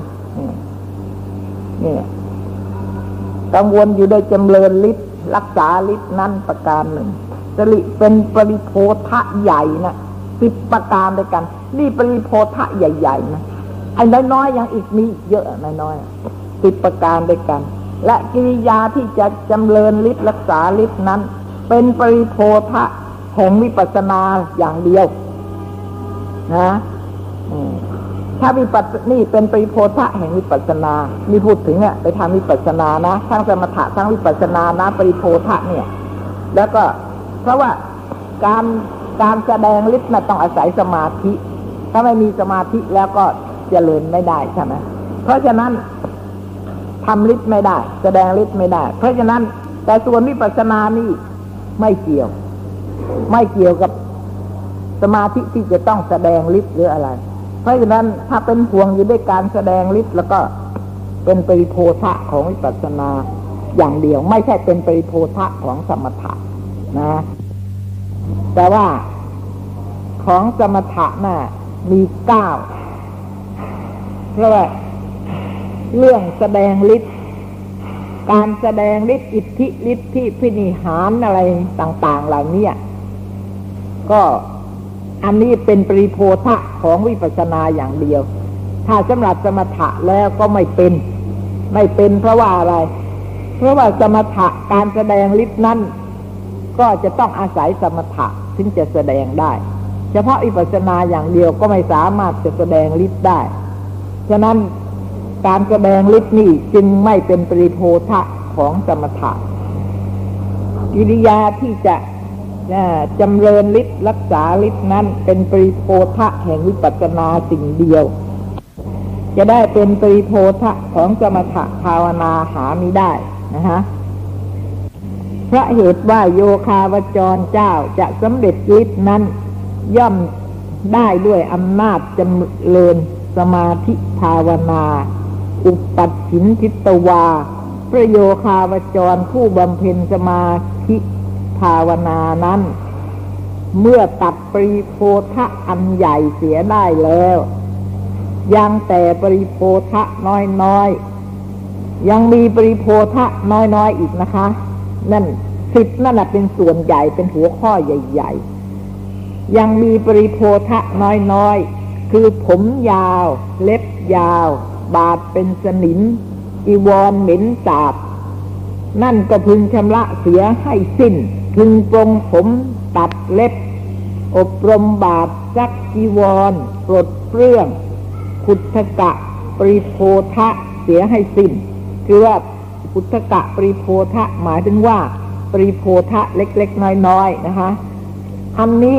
เนี่ยกังวลอยู่โดยจำเริญฤทธิ์รักษาฤทธิ์นั้นประการหนึ่งสริเป็นปริโภทะใหญ่นะสิบประการด้วยกันนี่ปริโภทะใหญ่ๆนะไอ้น้อยๆยังอีกมีเยอะน้อยๆสิบประการด้วยกันและกิริยาที่จะจำเริญฤทธิ์รักษาฤทธิ์นั้นเป็นปริโภทะแห่งวิปัสสนาอย่างเดียวนะถ้าวิปัสสนี่เป็นปริโภทะแห่งวิปัสสนานี่พูดถึงเนี่ยไปทำวิปัสสนานะทั้งสมถะทั้งวิปัสสนานะปริโภทะเนี่ยแล้วก็เพราะว่าการการแสดงฤทธิ์น่ะต้องอาศัยสมาธิถ้าไม่มีสมาธิแล้วก็เจริญไม่ได้ใช่ไหมเพราะฉะนั้นทำฤทธิ์ไม่ได้แสดงฤทธิ์ไม่ได้เพราะฉะนั้นแต่ส่วนวิปัสสนานี่ไม่เกี่ยวไม่เกี่ยวกับสมาธิที่จะต้องแสดงฤทธิ์หรืออะไรเพราะฉะนั้นถ้าเป็นห่วงอยู่ด้วยการแสดงฤทธิ์แล้วก็เป็นปริโภทะของวิปัสสนาอย่างเดียวไม่ใช่เป็นปริโภทะของสมถะนะแต่ว่าของสมถะน่ะมีเก้าเพราะว่าเรื่องแสดงฤทธิ์การแสดงฤทธิ์อิทธิฤทธิพินิหารอะไรต่างๆเหล่านี้ก็อันนี้เป็นปริโภทะของวิปัสสนาอย่างเดียวถ้าสำหรับสมถะแล้วก็ไม่เป็นไม่เป็นเพราะว่าอะไรเพราะว่าสมถะการแสดงฤทธิ์นั้นก็จะต้องอาศัยสมถะถึงจะแสดงได้เฉพาะวิปัสสนาอย่างเดียวก็ไม่สามารถจะแสดงฤทธิ์ได้ฉะนั้นการแสดงฤทธิ์นี่จึงไม่เป็นปริโภทะของสมถะกิริยาที่จะจำเริญฤทธิ์รักษาฤทธิ์นั้นเป็นปริโภทะแห่งวิปัสสนาสิ่งเดียวจะได้เป็นปริโภทะของสมถะภาวนาหามิได้นะฮะเพราะเหตุว่าโยคาวจรเจ้าจะสำเร็จฤทธิ์นั้นย่อมได้ด้วยอำนาจจำเริญสมาธิภาวนาอุปัชฉินทิตวาประโยคาวจรผู้บำเพ็ญสมาธิภาวนานั้นเมื่อตัดปริโภทะอันใหญ่เสียได้แล้วยังแต่ปริโภทะน้อยๆยังมีปริโภทะน้อยๆอีกนะคะนั่นสิบนั่นแหละเป็นส่วนใหญ่เป็นหัวข้อใหญ่ๆยังมีปริโภทะน้อยๆคือผมยาวเล็บยาวบาดเป็นสนิมอีวรเหม็นสาบนั่นก็พึงชำระเสียให้สิ้นพึงปรงผมตัดเล็บอบรมบาดซักจีวรปลดเปลื้องขุทธกะปริโภทะเสียให้สิ้นคือว่าขุทธกะปริโภทะหมายถึงว่าปริโภทะเล็กๆน้อยๆนะคะอันนี้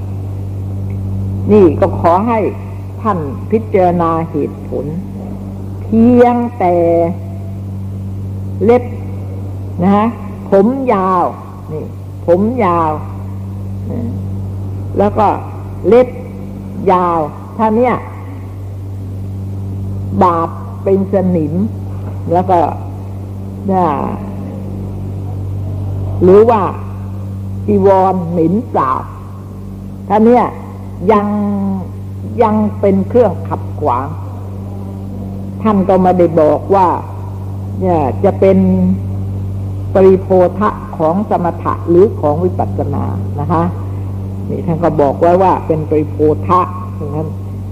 นี่ก็ขอให้ท่านพิจารณาเหตุผลเพียงแต่เล็บนะฮะผมยาวนี่ผมยาวแล้วก็เล็บยาวถ้าเนี้ยบาดเป็นสนิมแล้วก็เนี่ยหรือว่าจีวรเหม็นสาบถ้าเนี้ยยังยังเป็นเครื่องขัดขวางท่านก็ไม่ได้บอกว่าเนี่ยจะเป็นปริโภทะของสมถะหรือของวิปัสสนานะคะนี่ท่านก็บอกไว้ว่าเป็นปริโภทะอย่างนั้น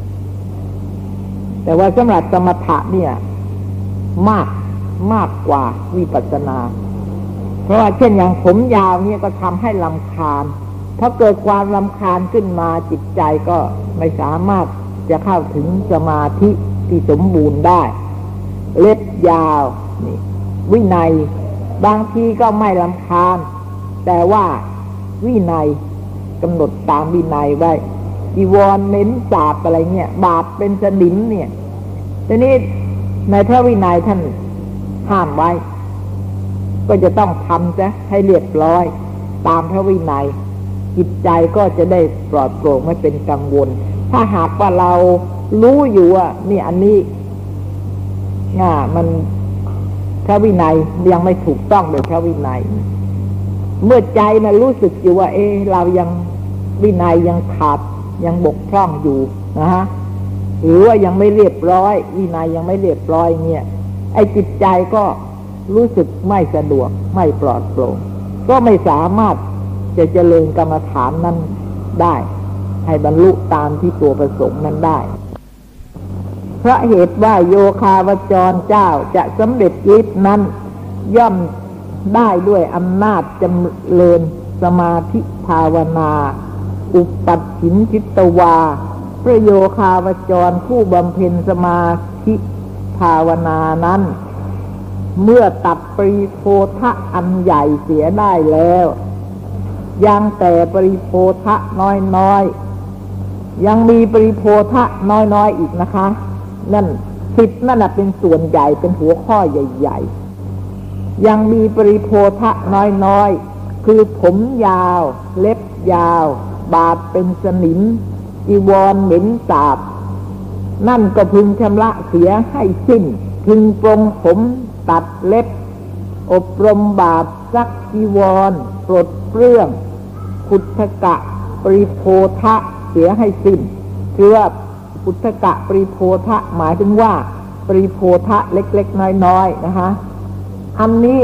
แต่ว่าสำหรับสมถะเนี่ยมากมากกว่าวิปัสสนาเพราะว่าเช่นอย่างผมยาวเนี่ยก็ทำให้รำคาญพอเกิดความรำคาญขึ้นมาจิตใจก็ไม่สามารถจะเข้าถึงสมาธิที่สมบูรณ์ได้เล็บยาวนี่วินัยบางทีก็ไม่รำคาญแต่ว่าวินัยกำหนดตามวินัยไว้จีวรเน้นสาบอะไรเงี้ยบาปเป็นสนิมเนี่ยทีนี้ในพระวินัยท่านห้ามไว้ก็จะต้องทำซะให้เรียบร้อยตามพระวินัยจิตใจก็จะได้ปลอดโปร่งไม่เป็นกังวลถ้าหากว่าเรารู้อยู่ว่านี่อันนี้ง่ามันพระวินัยยังไม่ถูกต้องโดยพระวินัยเมื่อใจนะรู้สึกอยู่ว่าเออเรายังวินัยยังขาดยังบกพร่องอยู่นะฮะหรือว่ายังไม่เรียบร้อยวินัยยังไม่เรียบร้อยเนี่ยไอ้จิตใจก็รู้สึกไม่สะดวกไม่ปลอดโปร่งก็ไม่สามารถจะเจริญกรรมฐานนั้นได้ให้บรรลุตามที่ตัวประสงค์นั้นได้เพราะเหตุว่าโยคาวจรเจ้าจะสำเร็จฤทธินั้นย่อมได้ด้วยอำนาจจำเริญสมาธิภาวนาอุปัฏฐินจิตวาพระโยคาวจรผู้บำเพ็ญสมาธิภาวนานั้นเมื่อตัดปริโภทะอันใหญ่เสียได้แล้วยังแต่ปริโภทะน้อยๆยังมีปริโภทะน้อยๆอีกนะคะนั่นสิบนั่นน่ะเป็นส่วนใหญ่เป็นหัวข้อใหญ่ๆยังมีปริโภทะน้อยๆคือผมยาวเล็บยาวบาดเป็นสนิมจีวรเหม็นสาบนั่นก็พึงชำระเสียให้สิ้นพึงปรงผมตัดเล็บอบรมบาปซักจีวรปลดเปลื้องขุทกะปริโภทะเสียให้สิ้นคือว่าขุทกะปริโภทะหมายถึงว่าปริโภทะเล็กๆน้อยๆนะคะอันนี้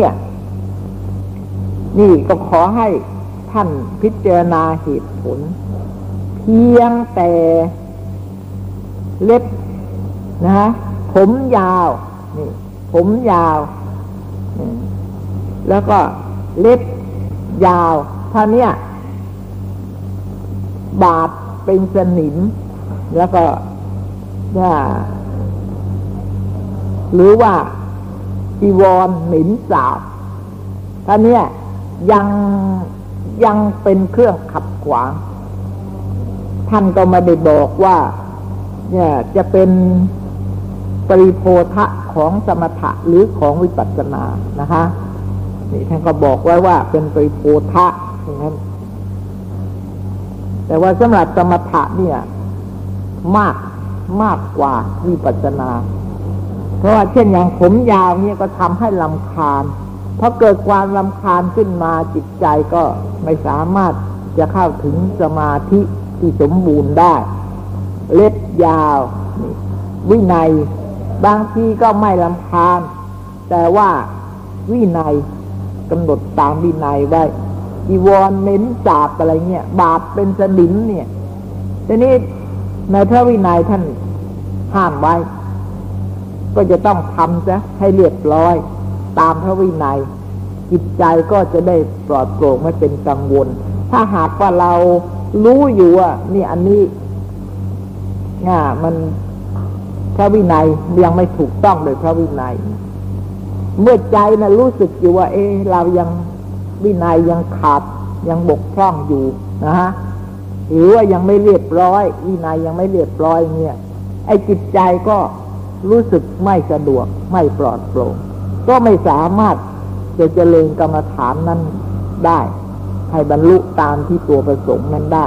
นี่ก็ขอให้ท่านพิจารณาเหตุผลเพียงแต่เล็บนะฮะผมยาวนี่ผมยาวแล้วก็เล็บยาวท่านี้บาดเป็นสนิมแล้วก็หรือว่าจีวรเหม็นสาบท่านี้ยังยังเป็นเครื่องขัดขวางท่านก็ไม่ได้บอกว่าเนี่ยจะเป็นปริโภทะของสมถะหรือของวิปัสสนานะคะนี่ท่านก็บอกไว้ว่าเป็นปริโภทะอย่างนั้นแต่ว่าสำหรับสมถะเนี่ยมากมากกว่าวิปัสสนาเพราะว่าเช่นอย่างผมยาวเนี่ยก็ทำให้รำคาญพอเกิดความรำคาญขึ้นมาจิตใจก็ไม่สามารถจะเข้าถึงสมาธิที่สมบูรณ์ได้เล็บยาววินัยบางทีก็ไม่รำคาญแต่ว่าวินัยกำหนดตามวินัยไว้จีวรเหม็นสาบอะไรเงี้ยบาปเป็นสนิมเนี่ยทีนี้ในพระวินัยท่านห้ามไว้ก็จะต้องทำซะให้เรียบร้อยตามพระวินัยจิตใจก็จะได้ปลอดโปร่งไม่เป็นกังวลถ้าหากว่าเรารู้อยู่ว่านี่อันนี้ง่ามันพระวินัยยังไม่ถูกต้องโดยพระวินัยเมื่อใจนะรู้สึกอยู่ว่าเออเรายังวินัยยังขาดยังบกพร่องอยู่นะฮะหรือว่ายังไม่เรียบร้อยวินัยยังไม่เรียบร้อยเนี่ยไอ้จิตใจก็รู้สึกไม่สะดวกไม่ปลอดโปร่งก็ไม่สามารถจะเจริญกรรมฐานนั้นได้ให้บรรลุตามที่ตัวประสงค์นั้นได้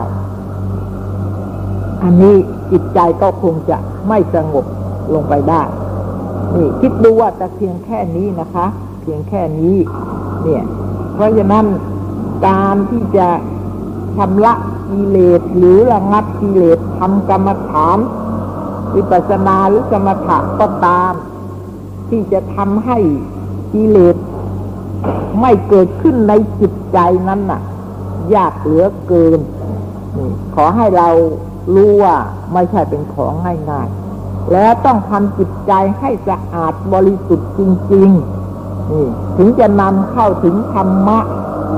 อันนี้จิตใจก็คงจะไม่สงบลงไปได้นี่คิดดูว่าแต่เพียงแค่นี้นะคะเพียงแค่นี้เนี่ยเพราะฉะนั้นการที่จะชำระกิเลสหรือระงับกิเลสทำกรรมฐานวิปัสสนาหรือสมถะก็ตามที่จะทำให้กิเลสไม่เกิดขึ้นในจิตใจนั้นน่ะยากเหลือเกินนี่ขอให้เรารู้ว่าไม่ใช่เป็นของง่ายๆแล้วต้องทำจิตใจให้สะอาดบริสุทธิ์จริงๆนี่ถึงจะนำเข้าถึงธรรมะ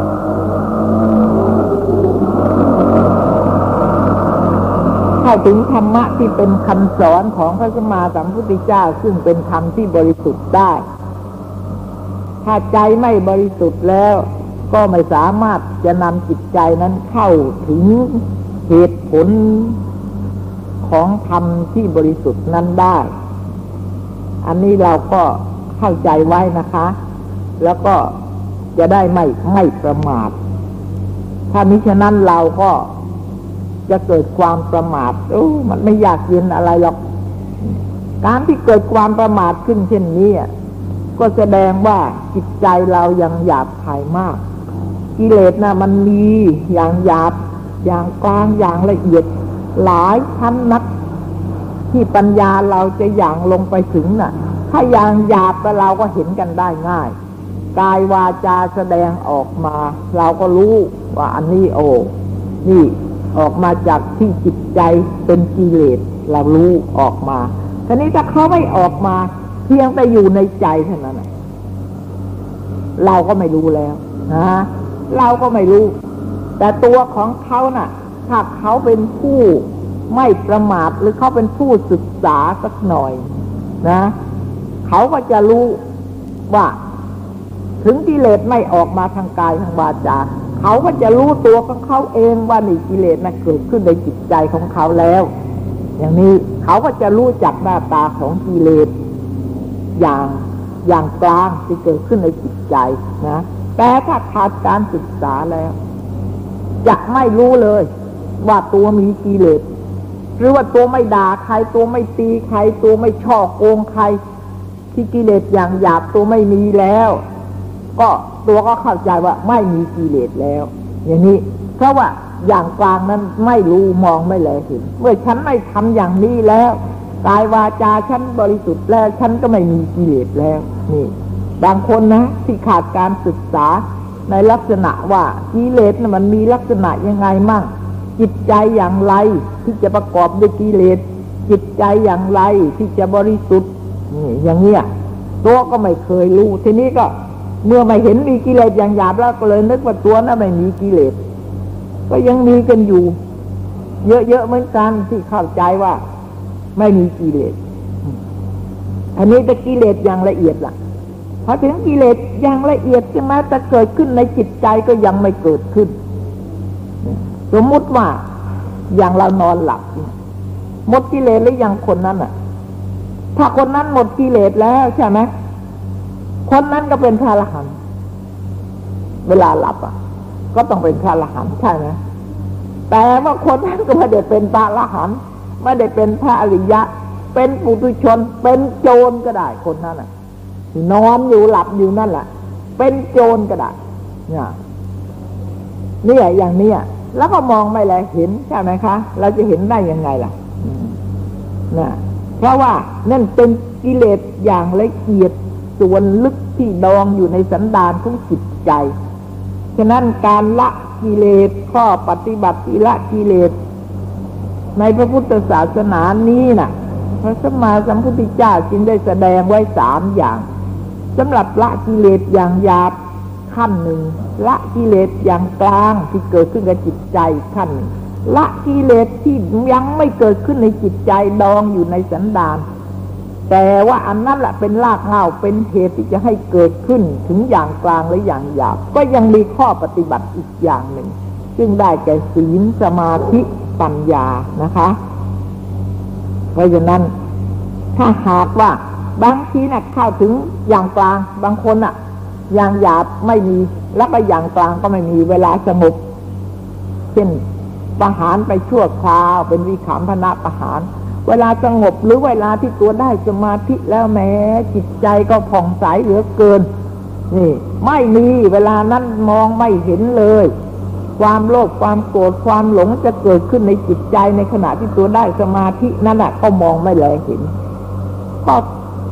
เข้าถึงธรรมะที่เป็นคำสอนของพระสัมมาสัมพุทธเจ้าซึ่งเป็นธรรมที่บริสุทธิ์ได้ถ้าใจไม่บริสุทธิ์แล้วก็ไม่สามารถจะนำจิตใจนั้นเข้าถึงเหตุผลของธรรมที่บริสุทธิ์นั้นได้อันนี้เราก็เข้าใจไว้นะคะแล้วก็จะได้ไม่ไม่ประมาทถ้ามิฉะนั้นเราก็จะเกิดความประมาทโอ้มันไม่อยากเย็นอะไรหรอกการที่เกิดความประมาทขึ้นเช่นนี้ก็แสดงว่าจิตใจเรายังหยาบคายมากกิเลสนะมันมีอย่างหยาบอย่างกลางอย่างละเอียดหลายชั้นนักที่ปัญญาเราจะอย่างลงไปถึงน่ะถ้าอย่างหยาบเราก็เห็นกันได้ง่ายกายวาจาแสดงออกมาเราก็รู้ว่าอันนี้โอ้นี่ออกมาจากที่จิตใจเป็นกิเลสเรารู้ออกมาทีนี้ถ้าเขาไม่ออกมาเพียงแต่อยู่ในใจเท่านั้นเราก็ไม่รู้แล้วนะเราก็ไม่รู้แต่ตัวของเขาน่ะถ้าเขาเป็นผู้ไม่ประมาทหรือเขาเป็นผู้ศึกษาสักหน่อยนะเขาก็จะรู้ว่าถึงกิเลสไม่ออกมาทางกายทางวาจาเขาก็จะรู้ตัวของเขาเองว่านี่กิเลสน่ะเกิดขึ้นในจิตใจของเขาแล้วอย่างนี้เขาก็จะรู้จักหน้าตาของกิเลสอย่างอย่างกลางที่เกิดขึ้นในจิตใจนะแต่ถ้าขาดการศึกษาแล้วจะไม่รู้เลยว่าตัวมีกิเลสหรือว่าตัวไม่ด่าใครตัวไม่ตีใครตัวไม่ช่อโกงใครที่กิเลสอย่างหยาบตัวไม่มีแล้วก็ตัวก็เข้าใจว่าไม่มีกิเลสแล้วอย่างนี้เพราะว่าอย่างกลางนั้นไม่รู้มองไม่แลเห็นเมื่อฉันไม่ทำอย่างนี้แล้วกายวาจาฉันบริสุทธิ์แล้วฉันก็ไม่มีกิเลสแล้วนี่บางคนนะที่ขาดการศึกษาในลักษณะว่ากิเลสมันมีลักษณะยังไงมั่งจิตใจอย่างไรที่จะประกอบด้วยกิเลสจิตใจอย่างไรที่จะบริสุทธิ์นี่อย่างเงี้ยตัวก็ไม่เคยรู้ทีนี้ก็เมื่อไม่เห็นมีกิเลสอย่างหยาบแล้วก็เลยนึกว่าตัวนั้นไม่มีกิเลสก็ยังมีกันอยู่เยอะๆเหมือนกันที่เข้าใจว่าไม่มีกิเลสอันนี้แต่กิเลสอย่างละเอียดล่ะพอถึงกิเลสอย่างละเอียดใช่ไหมแต่เกิดขึ้นในจิตใจก็ยังไม่เกิดขึ้นสมมุติว่าอย่างเรานอนหลับหมดกิเลสหรือยังคนนั้นอ่ะถ้าคนนั้นหมดกิเลสแล้วใช่ไหมคนนั้นก็เป็นพระอรหันต์เวลาหลับอ่ะก็ต้องเป็นพระอรหันต์ใช่ไหมแต่ว่าคนนั้นก็ไม่ได้เป็นพระอรหันต์ไม่ได้เป็นพระอริยะเป็นปุถุชนเป็นโจรก็ได้คนนั้นอ่ะนอนอยู่หลับอยู่นั่นแหละเป็นโจรก็ได้เนี่ยเนี่ยอย่างเนี้ยแล้วก็มองไม่แลเห็นใช่ไหมคะเราจะเห็นได้ยังไงล่ะนะเพราะว่านั่นเป็นกิเลสอย่างละเอียดส่วนลึกที่ดองอยู่ในสันดานของจิตใจฉะนั้นการละกิเลสข้อปฏิบัติละกิเลสในพระพุทธศาสนานี้น่ะพระสัมมาสัมพุทธเจ้าจึงได้แสดงไว้สามอย่างสำหรับละกิเลสอย่างหยาบขั้นหนึ่งละกิเลสอย่างกลางที่เกิดขึ้นกับจิตใจขั้นละกิเลสที่ยังไม่เกิดขึ้นในจิตใจดองอยู่ในสันดานแต่ว่าอันนั้นแหละเป็นรากเหง้าเป็นเหตุที่จะให้เกิดขึ้นถึงอย่างกลางและอย่างหยาบก็ยังมีข้อปฏิบัติอีกอย่างหนึ่งซึ่งได้แก่ศีลสมาธิปัญญานะคะเพราะฉะนั้นถ้าหากว่าบางทีน่ะเข้าถึงอย่างกลางบางคนน่ะอย่างหยาบไม่มีแล้วก็อย่างกลางก็ไม่มีเวลาสงบเช่นประหารไปชั่วคราวเป็นวิขำพนะประหารเวลาสงบหรือเวลาที่ตัวได้สมาธิแล้วแม้จิตใจก็ผ่องใสเหลือเกินนี่ไม่มีเวลานั้นมองไม่เห็นเลยความโลภความโกรธความหลงจะเกิดขึ้นในจิตใจในขณะที่ตัวได้สมาธินั่นแหละก็มองไม่แลเห็นก็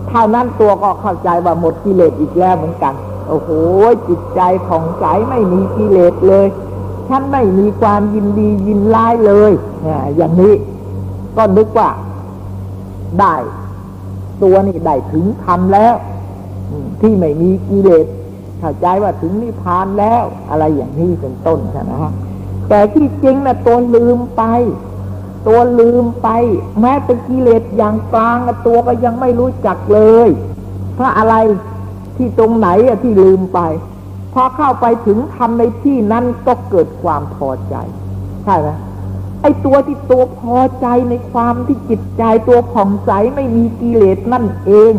เท่านั้นตัวก็เข้าใจว่าหมดกิเลสอีกแล้วเหมือนกันโอ้โหจิตใจผ่องใสไม่มีกิเลสเลยฉันไม่มีความยินดียินร้ายเลยอย่างนี้ก็นึกว่าได้ตัวนี่ได้ถึงธรรมแล้วที่ไม่มีกิเลสเข้าใจว่าถึงนิพพานแล้วอะไรอย่างนี้เป็นต้นใช่ไหมฮะแต่ที่จริงนะตัวลืมไปตัวลืมไปแม้เป็นกิเลสอย่างกลางตัวก็ยังไม่รู้จักเลยเพราะอะไรที่ตรงไหนอะที่ลืมไปพอเข้าไปถึงทำในที่นั้นก็เกิดความพอใจใช่ไหมไอ้ตัวที่ตัวพอใจในความที่จิตใจตัวผ่องใสไม่มีกิเลสนั่นเอง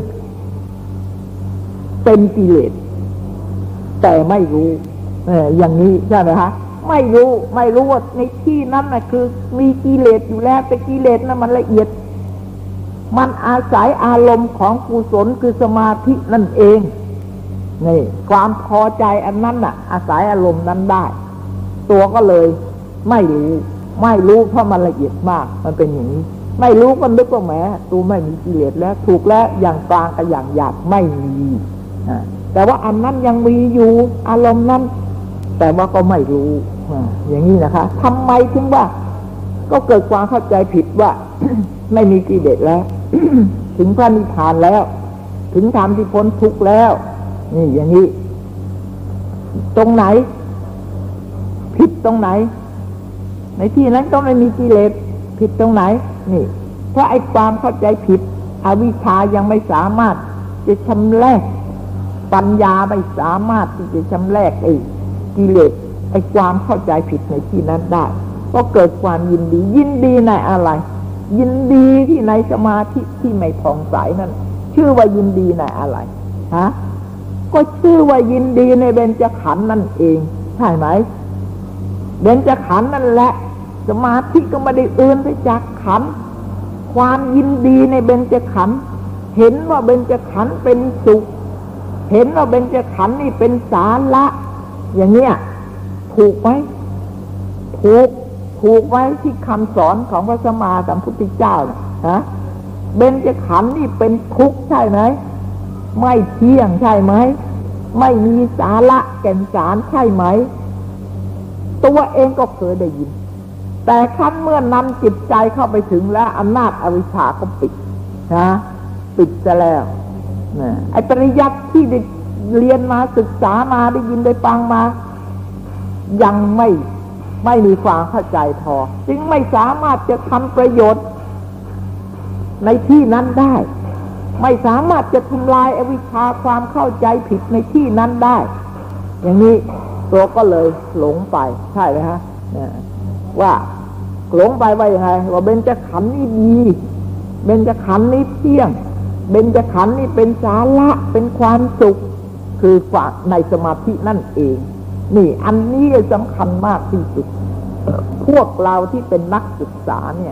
เป็นกิเลสแต่ไม่รู้เอออย่างนี้ใช่ไหมฮะไม่รู้ไม่รู้ว่าในที่นั้นน่ะคือมีกิเลสอยู่แล้วแต่กิเลสนั้นมันละเอียดมันอาศัยอารมณ์ของกุศลคือสมาธินั่นเองนี่ความพอใจอันนั้นน่ะอาศัยอารมณ์นั้นได้ตัวก็เลยไม่รู้ไม่รู้เพราะมันละเอียดมากมันเป็นอย่างนี้ไม่รู้ก็นึกว่าแหมตัวไม่มีกิเลสแล้วถูกแล้วอย่างกลางกับอย่างหยาบไม่มีแต่ว่าอันนั้นยังมีอยู่อารมณ์นั้นแต่ว่าก็ไม่รู้อย่างนี้นะคะทำไมถึงว่าก็เกิดความเข้าใจผิดว่า ไม่มีกิเลสแล้ว ถึงพระนิพพานแล้วถึงธรรมที่พ้นทุกข์แล้วนี่อย่างนี้ตรงไหนผิดตรงไหนในที่นั้นก็ไม่มีกิเลสผิดตรงไหนนี่เพราะไอ้ความเข้าใจผิดอวิชชายังไม่สามารถจะชำแรกปัญญาไม่สามารถที่จะชำแรกไอ้กิเลสไอ้ความเข้าใจผิดในที่นั้นได้ก็เกิดความยินดียินดีในอะไรยินดีที่ในสมาธิที่ไม่ผ่องใสนั่นชื่อว่ายินดีในอะไรฮะก็ชื่อว่ายินดีในเบญจขันธ์นั่นเองใช่ไหมเบญจขันธ์นั่นแหละสมาธิก็ไม่ได้อื่นไปจากขันธ์ความยินดีในเบญจขันธ์เห็นว่าเบญจขันธ์เป็นสุขเห็นว่าเบญจขันธ์นี่เป็นสาระอย่างเนี้ยถูกไหมถูกถูกไว้ที่คำสอนของพระสัมมาสัมพุทธเจ้านะเบญจขันธ์นี่เป็นทุกข์ใช่ไหมไม่เที่ยงใช่ไหมไม่มีสาระแก่นสารใช่ไหมตัวเองก็เคยได้ยินแต่ขั้นเมื่อนำจิตใจเข้าไปถึงแล้วอำนาจอวิชชาก็ปิดนะปิดซะแล้วนะไอ้ปริยัติที่ได้เรียนมาศึกษามาได้ยินได้ฟังมายังไม่ไม่มีความเข้าใจพอจึงไม่สามารถจะทำประโยชน์ในที่นั้นได้ไม่สามารถจะทำลายอวิชชาความเข้าใจผิดในที่นั้นได้อย่างนี้ตัวก็เลยหลงไปใช่ไหมฮะว่าหลงไปว่ายังไงว่าเบญจขันธ์นี่ดีเบญจขันธ์นี่เที่ยงเบญจขันธ์นี่เป็นสาระเป็นความสุขคือฝากในสมาธินั่นเองนี่อันนี้สำคัญมากที่สุดพวกเราที่เป็นนักศึกษาเนี่ย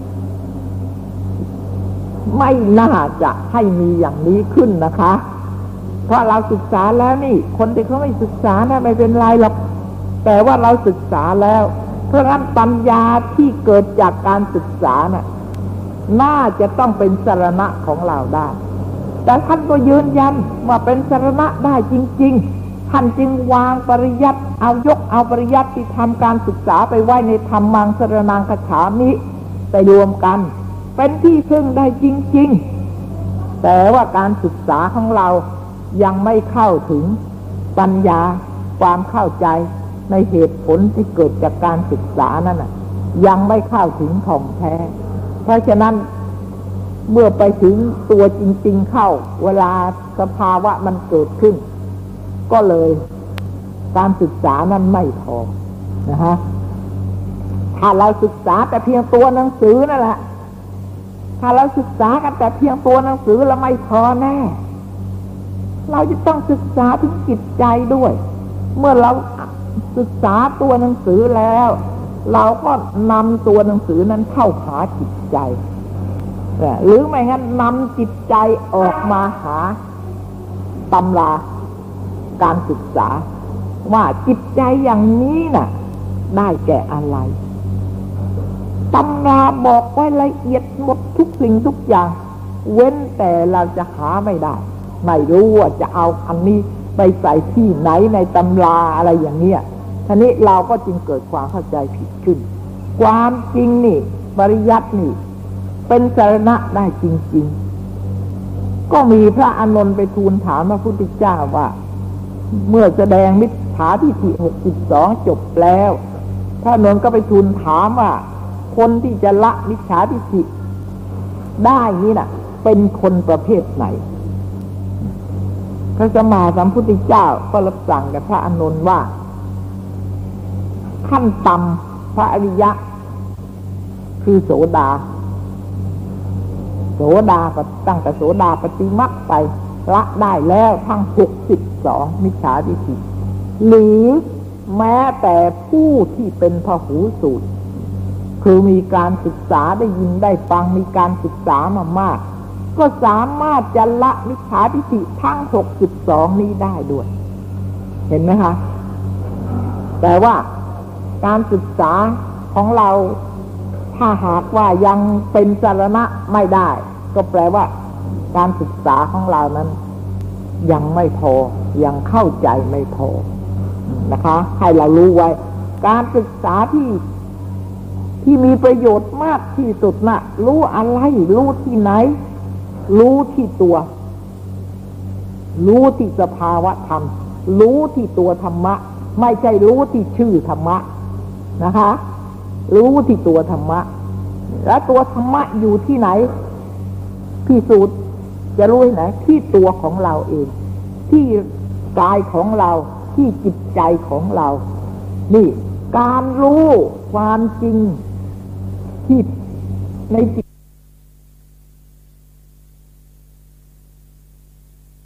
ไม่น่าจะให้มีอย่างนี้ขึ้นนะคะเพราะเราศึกษาแล้วนี่คนที่เขาไม่ศึกษานะไม่เป็นไรหรอกแต่ว่าเราศึกษาแล้วเพราะฉะนั้นปัญญาที่เกิดจากการศึกษาน่ะน่าจะต้องเป็นสรณะของเราได้แต่ท่านก็ยืนยันว่าเป็นสรณะได้จริงๆท่านจึงวางปริยัติเอายกเอาปริยัติที่ทำการศึกษาไปไว้ในธรรมังสรณังคัจฉามิไปรวมกันเป็นที่พึ่งได้จริงๆแต่ว่าการศึกษาของเรายังไม่เข้าถึงปัญญาความเข้าใจในเหตุผลที่เกิดจากการศึกษานั่นน่ะยังไม่เข้าถึงท่องแท้เพราะฉะนั้นเมื่อไปถึงตัวจริงๆเข้าเวลาสภาวะมันเกิดขึ้นก็เลยการศึกษานั้นไม่พอนะฮะถ้าเราศึกษาแต่เพียงตัวหนังสือนั่นแหละถ้าเราศึกษากันแต่เพียงตัวหนังสือแล้วไม่พอแน่เราจะต้องศึกษาถึงจิตใจด้วยเมื่อเราศึกษาตัวหนังสือแล้วเราก็นำตัวหนังสือนั้นเข้าหาจิตใจหรือไม่งั้นนำจิตใจออกมาหาตำราการศึกษาว่าจิตใจอย่างนี้น่ะได้แก่อะไรตำราบอกไว้ละเอียดหมดทุกสิ่งทุกอย่างเว้นแต่เราจะหาไม่ได้ไม่รู้ว่าจะเอาอันนี้ไปใส่ที่ไหนในตำราอะไรอย่างเนี้ยทีนี้เราก็จึงเกิดความเข้าใจผิดขึ้นความจริงนี่ปริยัตินี่เป็นสรณะได้จริงๆก็มีพระอานนท์ไปทูลถามพระพุทธเจ้าว่าเมื่อแสดงมิจฉาทิฏฐิหกสิบสองจบแล้วพระอานนท์ก็ไปทูลถามว่าคนที่จะละมิจฉาทิฏฐิได้นี่น่ะเป็นคนประเภทไหนพระสัมมาสัมพุทธเจ้าก็รับสั่งกับพระอานนท์ว่าขั้นต่ำพระอริยะคือโสดาโสดาก็ตั้งแต่โสดาปฏิมรรคไปละได้แล้วทั้งหกสิบสองมิจฉาทิฏฐิหรือแม้แต่ผู้ที่เป็นพหูสูตรคือมีการศึกษาได้ยินได้ฟังมีการศึกษามามากก็สามารถจะละมิจฉาทิฏฐิทั้งหกสิบสองนี้ได้ด้วยเห็นไหมคะแต่ว่าการศึกษาของเราถ้าหากว่ายังเป็นสรณะไม่ได้ก็แปลว่าการศึกษาของเรานั้นยังไม่พอยังเข้าใจไม่พอนะคะให้เรารู้ไว้การศึกษาที่ที่มีประโยชน์มากที่สุดน่ะรู้อะไรรู้ที่ไหนรู้ที่ตัวรู้ที่สภาวะธรรมรู้ที่ตัวธรรมะไม่ใช่รู้ที่ชื่อธรรมะนะคะรู้ที่ตัวธรรมะแล้วตัวธรรมะอยู่ที่ไหนพิสูจน์จะรู้ที่ไหนที่ตัวของเราเองที่กายของเราที่จิตใจของเรานี่การรู้ความจริงที่ในจิต